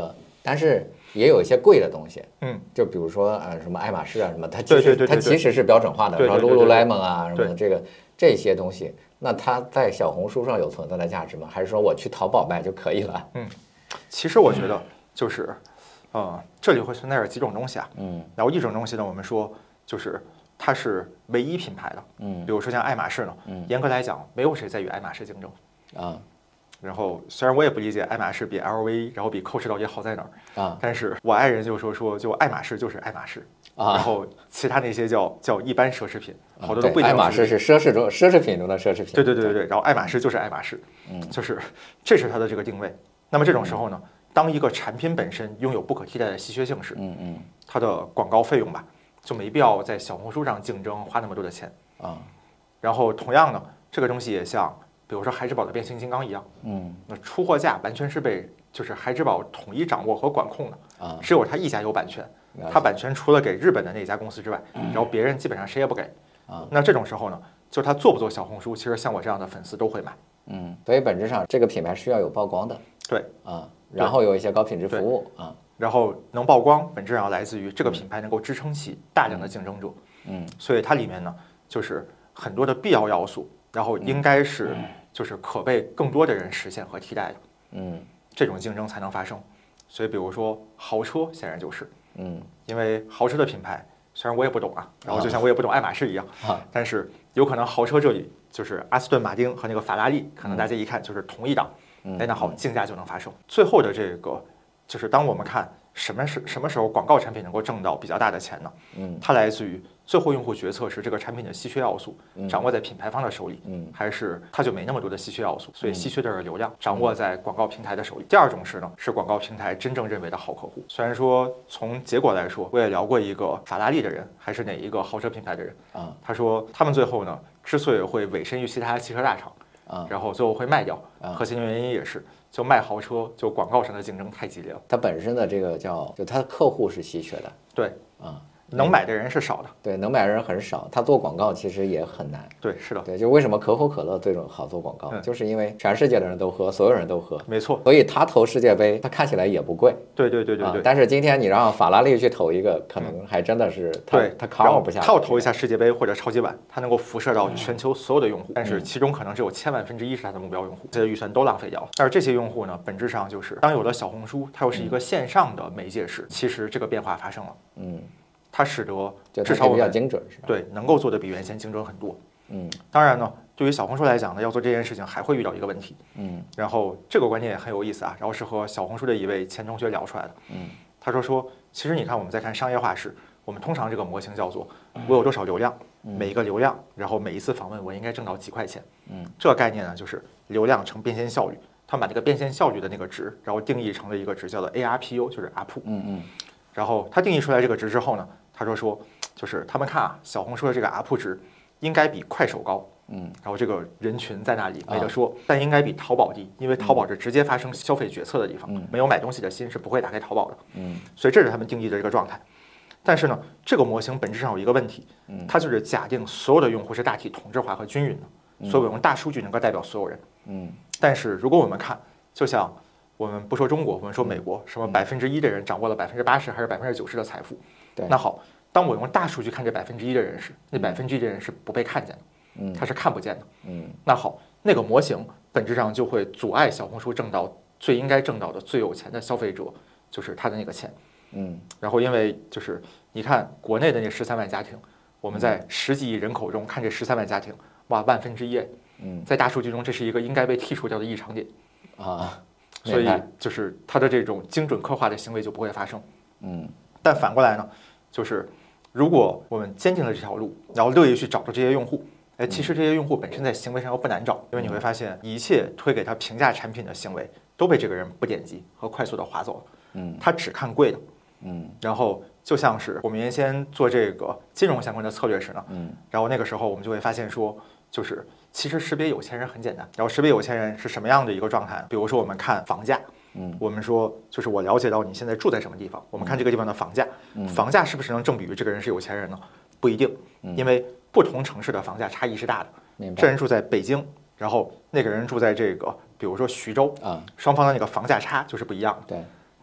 但是也有一些贵的东西， 嗯， 就比如说呃什么爱马仕啊什么，它其对对对对对实它其实是标准化的，说对对对对对 Lululemon 啊什么的对这个这些东西，那它在小红书上有存在的价值吗？还是说我去淘宝卖就可以了？ 嗯，其实我觉得就是，呃，这里会存在着几种东西啊， 嗯， 然后一种东西呢，我们说就是它是唯一品牌的， 嗯， 比如说像爱马仕呢， 嗯， 严格来讲没有谁在与爱马仕竞争啊。 然后虽然我也不理解爱马仕比 L V， 然后比 Coach 到底好在哪儿啊， 但是我爱人就说说就爱马仕就是爱马仕啊， 然后其他那些叫叫一般奢侈品，好多都不一定。 爱马仕是奢侈中奢侈品中的奢侈品。 对对对对对，然后爱马仕就是爱马仕， 嗯， 就是这是它的这个定位。那么这种时候呢，当一个产品本身拥有不可替代的稀缺性时， 嗯嗯， 它的广告费用吧就没必要在小红书上竞争花那么多的钱啊。 然后同样呢，这个东西也像比如说孩之宝的变形金刚一样， 嗯， 那出货价完全是被就是孩之宝统一掌握和管控的啊， 只有它一家有版权，它版权除了给日本的那家公司之外，然后别人基本上谁也不给啊。 那这种时候呢，就他做不做小红书，其实像我这样的粉丝都会买。 嗯，所以本质上这个品牌需要有曝光的， 对啊，然后有一些高品质服务啊， 然后能曝光，本质上来自于这个品牌能够支撑起大量的竞争者。 嗯， 所以它里面呢，就是很多的必要要素，然后应该是。就是可被更多的人实现和替代的， 嗯， 这种竞争才能发生。所以，比如说豪车，显然就是， 嗯， 因为豪车的品牌，虽然我也不懂啊，然后就像我也不懂爱马仕一样， 啊， 但是有可能豪车这里就是阿斯顿马丁和那个法拉利，可能大家一看就是同一档， 嗯， 哎，那好，竞价就能发生。最后的这个，就是当我们看什么是什么时候广告产品能够挣到比较大的钱呢？ 嗯， 它来自于最后用户决策是这个产品的稀缺要素掌握在品牌方的手里， 嗯， 还是它就没那么多的稀缺要素，所以稀缺的是流量掌握在广告平台的手里。第二种是呢，是广告平台真正认为的好客户。虽然说从结果来说，我也聊过一个法拉利的人，还是哪一个豪车品牌的人啊， 他说他们最后呢，之所以会委身于其他汽车大厂啊， 然后最后会卖掉，核心原因也是就卖豪车，就广告上的竞争太激烈了。 它本身的这个叫就它的客户是稀缺的， 对啊。 能买的人是少的， 对，能买的人很少，他做广告其实也很难。 对，是的， 对，就为什么可口可乐这种好做广告， 嗯、 就是因为全世界的人都喝，所有人都喝， 没错。 所以他投世界杯，他看起来也不贵。 对对对对对。 啊、但是今天你让法拉利去投一个，可能还真的是他、 对他 cover 不下。 他要投一下世界杯或者超级碗，他能够辐射到全球所有的用户，但是其中可能只有千万分之一是他的目标用户，这些预算都浪费掉了。但是这些用户呢，本质上就是当有了小红书，它又是一个线上的媒介时，其实这个变化发生了。 嗯。 它使得至少比较精准，是吧？ 对，能够做的比原先精准很多。 嗯， 当然呢，对于小红书来讲呢，要做这件事情还会遇到一个问题。 嗯， 然后这个观点也很有意思啊，然后是和小红书的一位前同学聊出来的。 嗯， 他说说，其实你看我们在看商业化时，我们通常这个模型叫做我有多少流量，每一个流量，然后每一次访问我应该挣到几块钱。 嗯， 这个概念呢，就是流量乘变现效率。他把这个变现效率的那个值，然后定义成了一个值叫做 A R P U， 就是 A P U。 嗯嗯。 然后他定义出来这个值之后呢，他说说。就是他们看啊，小红书的这个 A P U 值应该比快手高， 嗯， 然后这个人群在那里没得说，啊、但应该比淘宝低，因为淘宝是直接发生消费决策的地方， 嗯、 没有买东西的心是不会打开淘宝的， 嗯， 所以这是他们定义的这个状态。但是呢，这个模型本质上有一个问题， 嗯， 它就是假定所有的用户是大体同质化和均匀的，所以我用大数据能够代表所有人， 嗯， 但是如果我们看，就像我们不说中国，我们说美国，什么百分之一的人掌握了百分之八十还是百分之九十的财富， 对， 那好。当我用大数据看这百分之一的人时，那百分之一的人是不被看见的， 嗯， 他是看不见的， 嗯。 那好，那个模型本质上就会阻碍小红书挣到最应该挣到的最有钱的消费者，就是他的那个钱， 嗯。 然后因为就是你看国内的那十三万家庭，我们在十几亿人口中看这十三万家庭，哇，万分之一， 嗯， 在大数据中这是一个应该被剔除掉的异常点啊， 所以就是他的这种精准刻画的行为就不会发生， 嗯。 但反过来呢，就是。如果我们坚定了这条路，然后乐意去找到这些用户，哎，其实这些用户本身在行为上又不难找，因为你会发现一切推给他评价产品的行为都被这个人不点击和快速的划走了， 嗯， 他只看贵的， 嗯， 然后就像是我们原先做这个金融相关的策略时呢， 嗯， 然后那个时候我们就会发现说，就是其实识别有钱人很简单，然后识别有钱人是什么样的一个状态？比如说我们看房价。 嗯， 我们说就是我了解到你现在住在什么地方，我们看这个地方的房价， 嗯、 房价是不是能正比于这个人是有钱人呢？不一定，因为不同城市的房价差异是大的。 明白。 这人住在北京，然后那个人住在这个，比如说徐州啊， 双方的那个房价差就是不一样的。 对。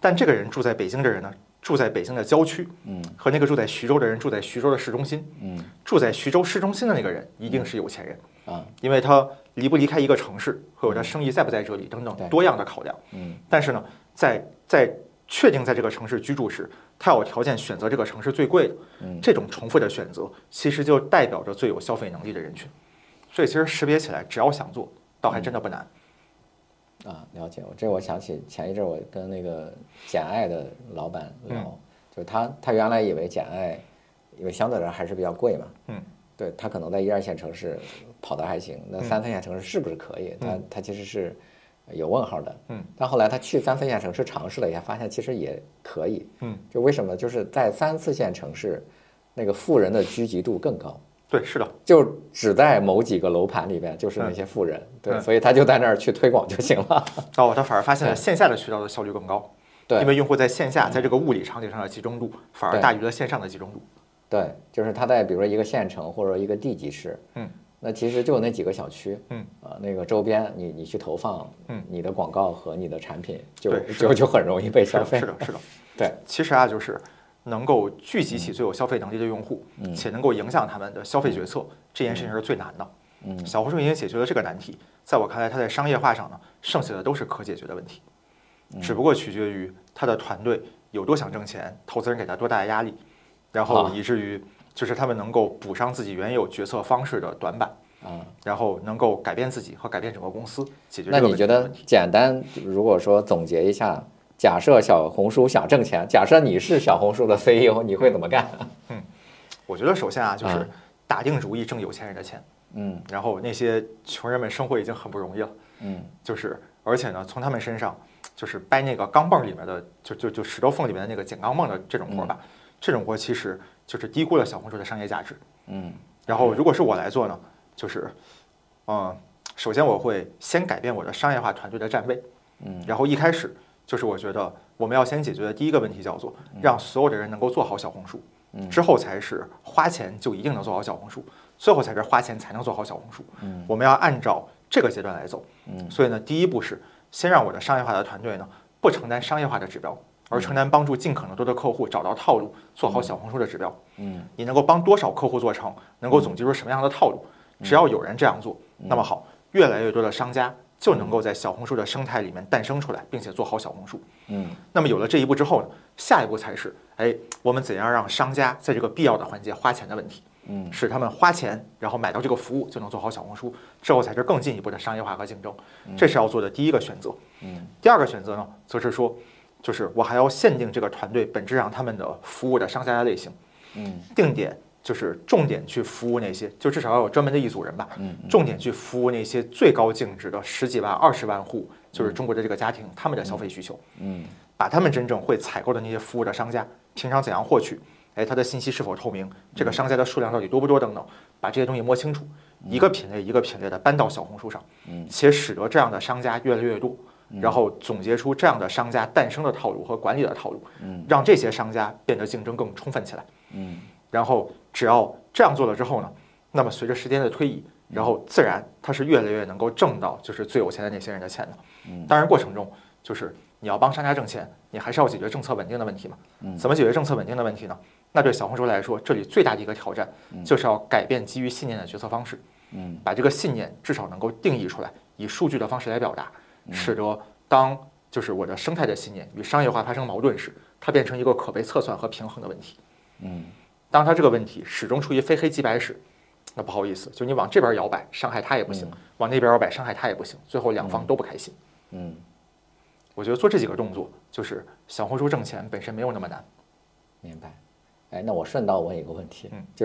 但这个人住在北京的人呢，住在北京的郊区， 嗯， 和那个住在徐州的人住在徐州的市中心， 嗯， 住在徐州市中心的那个人一定是有钱人啊， 因为他离不离开一个城市，和有他生意在不在这里等等多样的考量。 嗯， 但是呢，在在确定在这个城市居住时，他有条件选择这个城市最贵的， 嗯， 这种重复的选择，其实就代表着最有消费能力的人群。所以其实识别起来，只要想做，倒还真的不难。 啊，了解。我这我想起前一阵我跟那个简爱的老板聊， 嗯、 就是他他原来以为简爱，因为相对来说还是比较贵嘛， 嗯， 对他可能在一二线城市跑得还行，那三四线城市是不是可以？ 嗯、 他他其实是有问号的， 嗯， 但后来他去三四线城市尝试了一下，发现其实也可以， 嗯， 就为什么？就是在三四线城市，那个富人的聚集度更高。 对，是的， 就只在某几个楼盘里边，就是那些富人，嗯、对，嗯、所以他就在那儿去推广就行了。 哦，他反而发现了线下的渠道的效率更高， 对， 因为用户在线下，在这个物理场景上的集中度反而大于了线上的集中度。 对，就是他在比如说一个县城或者一个地级市， 嗯， 那其实就那几个小区， 嗯， 啊、呃，那个周边你你去投放， 嗯， 你的广告和你的产品就就就很容易被消费。 是的，是的， 对， 其实啊，就是能够聚集起最有消费能力的用户， 嗯、 且能够影响他们的消费决策，嗯、这件事情是最难的。 嗯， 小红书已经解决了这个难题，在我看来，它在商业化上呢，剩下的都是可解决的问题， 嗯、 只不过取决于他的团队有多想挣钱，投资人给他多大的压力，然后以至于就是他们能够补上自己原有决策方式的短板。 啊， 然后能够改变自己和改变整个公司，解决这个问题。 那你觉得简单如果说总结一下，假设小红书想挣钱，假设你是小红书的 C E O， 你会怎么干？ 嗯，我觉得首先啊，就是打定主意挣有钱人的钱。 嗯， 然后那些穷人们生活已经很不容易了。 嗯， 就是而且呢，从他们身上就是掰那个钢镚里面的，就就就石头缝里面的那个捡钢镚的这种活吧，嗯、这种活其实就是低估了小红书的商业价值。 嗯， 然后如果是我来做呢？就是，嗯，首先我会先改变我的商业化团队的站位， 嗯， 然后一开始就是我觉得我们要先解决的第一个问题叫做让所有的人能够做好小红书， 嗯， 之后才是花钱就一定能做好小红书，最后才是花钱才能做好小红书， 嗯， 我们要按照这个阶段来走， 嗯， 所以呢，第一步是先让我的商业化的团队呢不承担商业化的指标，而承担帮助尽可能多的客户找到套路，做好小红书的指标， 嗯， 你能够帮多少客户做成，能够总结出什么样的套路。只要有人这样做，那么好，越来越多的商家就能够在小红书的生态里面诞生出来，并且做好小红书。 嗯， 那么有了这一步之后呢，下一步才是，哎，我们怎样让商家在这个必要的环节花钱的问题， 嗯， 使他们花钱，然后买到这个服务就能做好小红书，之后才是更进一步的商业化和竞争。这是要做的第一个选择。 嗯， 第二个选择呢，则是说，就是我还要限定这个团队本质上他们的服务的商家的类型， 嗯， 定点。就是重点去服务那些，就至少要有专门的一组人吧， 嗯， 重点去服务那些最高净值的十几万、二十万户，就是中国的这个家庭，他们的消费需求， 嗯， 把他们真正会采购的那些服务的商家，平常怎样获取，哎，他的信息是否透明，这个商家的数量到底多不多等等，把这些东西摸清楚，一个品类一个品类的搬到小红书上， 嗯， 且使得这样的商家越来越多，然后总结出这样的商家诞生的套路和管理的套路， 嗯， 让这些商家变得竞争更充分起来， 嗯。 然后只要这样做了之后呢，那么随着时间的推移，然后自然它是越来越能够挣到就是最有钱的那些人的钱的。 嗯， 当然过程中就是你要帮商家挣钱，你还是要解决政策稳定的问题嘛。 嗯， 怎么解决政策稳定的问题呢？那对小红书来说，这里最大的一个挑战就是要改变基于信念的决策方式。 嗯， 把这个信念至少能够定义出来，以数据的方式来表达，使得当就是我的生态的信念与商业化发生矛盾时，它变成一个可被测算和平衡的问题。 嗯。 当它这个问题始终处于非黑即白时，那不好意思，就你往这边摇摆，伤害他也不行； 嗯、 往那边摇摆，伤害他也不行，最后两方都不开心。 嗯， 我觉得做这几个动作，就是小红书挣钱本身没有那么难。 明白。哎，那我顺道问一个问题， 嗯， 就是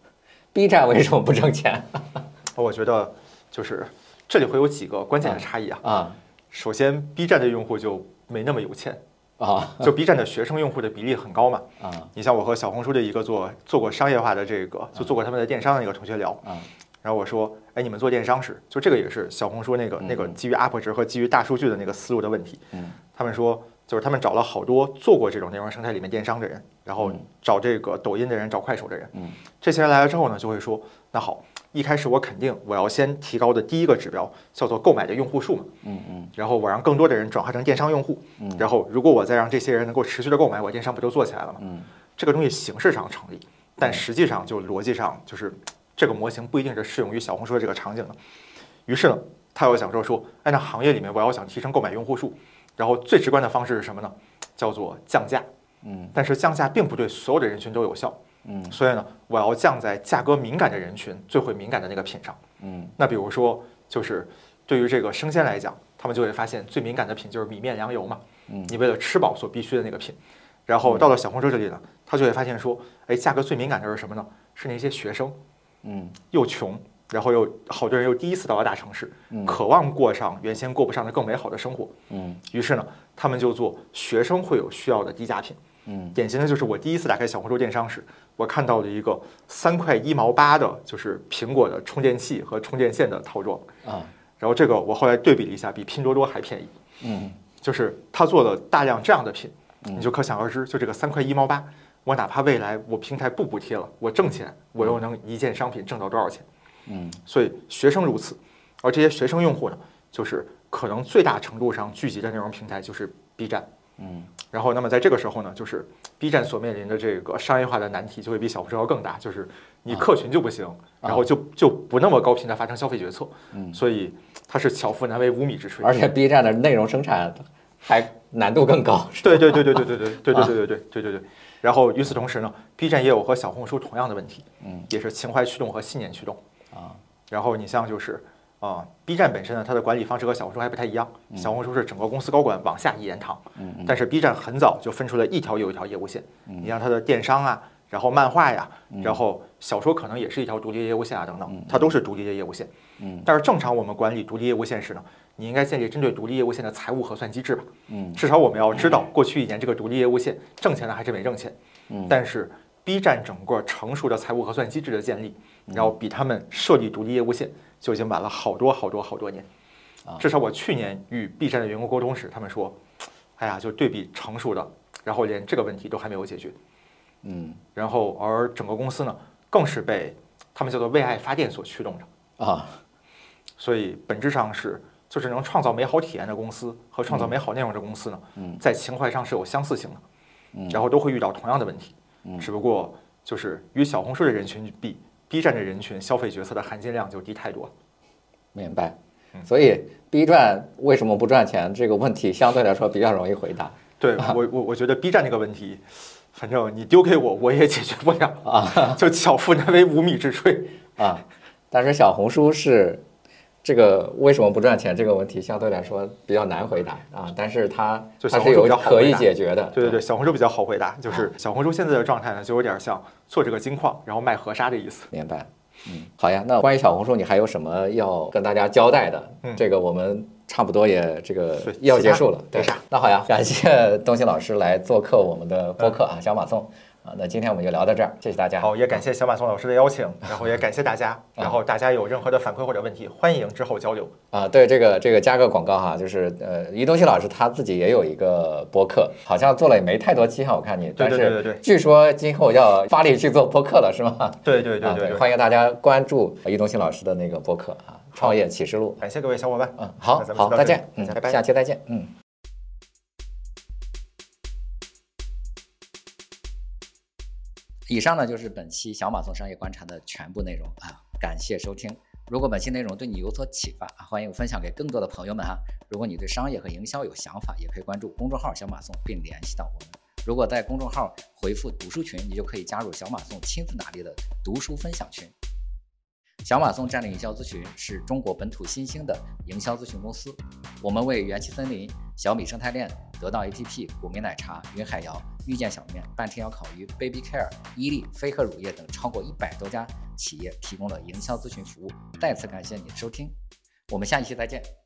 B 站为什么不挣钱？ 我觉得就是这里会有几个关键的差异啊。 啊， 首先 ，B 站的用户就没那么有钱。 啊， 就 B 站的学生用户的比例很高嘛， 啊， 你像我和小红书的一个做做过商业化的这个，就做过他们的电商的那个同学聊， 啊， 然后我说，哎，你们做电商时，就这个也是小红书那个那个基于 U P 值和基于大数据的那个思路的问题， 嗯， 他们说就是他们找了好多做过这种内容生态里面电商的人，然后找这个抖音的人，找快手的人， 嗯， 这些人来了之后呢，就会说，那好， 一开始我肯定我要先提高的第一个指标叫做购买的用户数嘛， 嗯嗯， 然后我让更多的人转化成电商用户，嗯，然后如果我再让这些人能够持续的购买，我电商不就做起来了吗？ 嗯， 这个东西形式上成立，但实际上就逻辑上就是这个模型不一定是适用于小红书的这个场景的。于是呢，他要想说说，哎，那行业里面我要想提升购买用户数，然后最直观的方式是什么呢？叫做降价。嗯，但是降价并不对所有的人群都有效。嗯，所以呢，我要降在价格敏感的人群最会敏感的那个品上。嗯，那比如说，就是对于这个生鲜来讲，他们就会发现最敏感的品就是米面粮油嘛。嗯，你为了吃饱所必须的那个品。然后到了小红书这里呢，他就会发现说，哎，价格最敏感的是什么呢？是那些学生。嗯，又穷，然后又好多人又第一次到了大城市，嗯，渴望过上原先过不上的更美好的生活。嗯，于是呢，他们就做学生会有需要的低价品。嗯，典型的就是我第一次打开小红书电商时，我看到了一个三块一毛八的，就是苹果的充电器和充电线的套装啊。然后这个我后来对比了一下，比拼多多还便宜。嗯，就是他做了大量这样的品，你就可想而知，就这个三块一毛八，我哪怕未来我平台不补贴了，我挣钱，我又能一件商品挣到多少钱？嗯，所以学生如此，而这些学生用户呢，就是可能最大程度上聚集的内容平台就是 B 站。嗯，然后那么在这个时候呢，就是 B 站所面临的这个商业化的难题就会比小红书要更大，就是你客群就不行，然后就就不那么高频的发生消费决策。嗯，所以它是巧妇难为无米之炊。 而且 B 站的内容生产还难度更高。 对对对对对对对对对对对对对对对。然后与此同时呢 ，B 站也有和小红书同样的问题，嗯，也是情怀驱动和信念驱动啊。然后你像就是啊、呃、，B 站本身呢，它的管理方式和小红书还不太一样。小红书是整个公司高管往下一言堂，嗯，但是 B 站很早就分出了一条又一条业务线。你像它的电商啊，然后漫画呀，然后小说可能也是一条独立业务线啊，等等，它都是独立的业务线。嗯，但是正常我们管理独立业务线时呢，你应该建立针对独立业务线的财务核算机制吧？嗯，至少我们要知道过去一年这个独立业务线挣钱了还是没挣钱。嗯，但是 B 站整个成熟的财务核算机制的建立，然后比他们设立独立业务线就已经晚了好多好多好多年。至少我去年与 B 站的员工沟通时，他们说，哎呀，就对比成熟的，然后连这个问题都还没有解决。嗯，然后而整个公司呢，更是被他们叫做为爱发电所驱动着啊。所以本质上是，就是能创造美好体验的公司和创造美好内容的公司呢，嗯，在情怀上是有相似性的，嗯，然后都会遇到同样的问题，嗯，只不过就是与小红书的人群比 ，B 站的人群消费决策的含金量就低太多了。 明白。所以 B 站为什么不赚钱这个问题相对来说比较容易回答。 对我我我觉得 B 站这个问题，反正你丢给我我也解决不了啊，就巧妇难为无米之炊啊。但是小红书是这个为什么不赚钱这个问题相对来说比较难回答啊，但是它它是有可以解决的。 对对对，小红书比较好回答，就是小红书现在的状态呢，就有点像做这个金矿，然后卖河沙的意思。 明白。嗯，好呀。那关于小红书，你还有什么要跟大家交代的？嗯，这个我们差不多也这个要结束了。 对， 那好呀，感谢东兴老师来做客我们的播客啊，小马送。啊，那今天我们就聊到这儿，谢谢大家。 好，也感谢小马宋老师的邀请，然后也感谢大家，然后大家有任何的反馈或者问题，欢迎之后交流。 啊，对，这个这个加个广告哈，就是呃，于东兴老师他自己也有一个播客，好像做了也没太多期哈，我看你， 对对对对对， 据说今后要发力去做播客了，是吗？ 对对对 对, 对，欢迎大家关注于东兴老师的那个播客啊，创业启示录。 感谢各位小伙伴， 嗯，好，好，再见，嗯， 拜拜， 下期再见，嗯。 以上呢就是本期小马送商业观察的全部内容啊，感谢收听。如果本期内容对你有所启发，欢迎分享给更多的朋友们哈。如果你对商业和营销有想法，也可以关注公众号小马送并联系到我们。如果在公众号回复读书群，你就可以加入小马送亲自打理的读书分享群。小马送战略营销咨询是中国本土新兴的营销咨询公司，我们为元气森林、小米生态链、得到 A P P、古茗奶茶、云海肴、遇见小面、半天瑶烤鱼、Baby Care、伊利、飞鹤乳业等超过一百多家企业提供了营销咨询服务。再次感谢你的收听，我们下一期再见。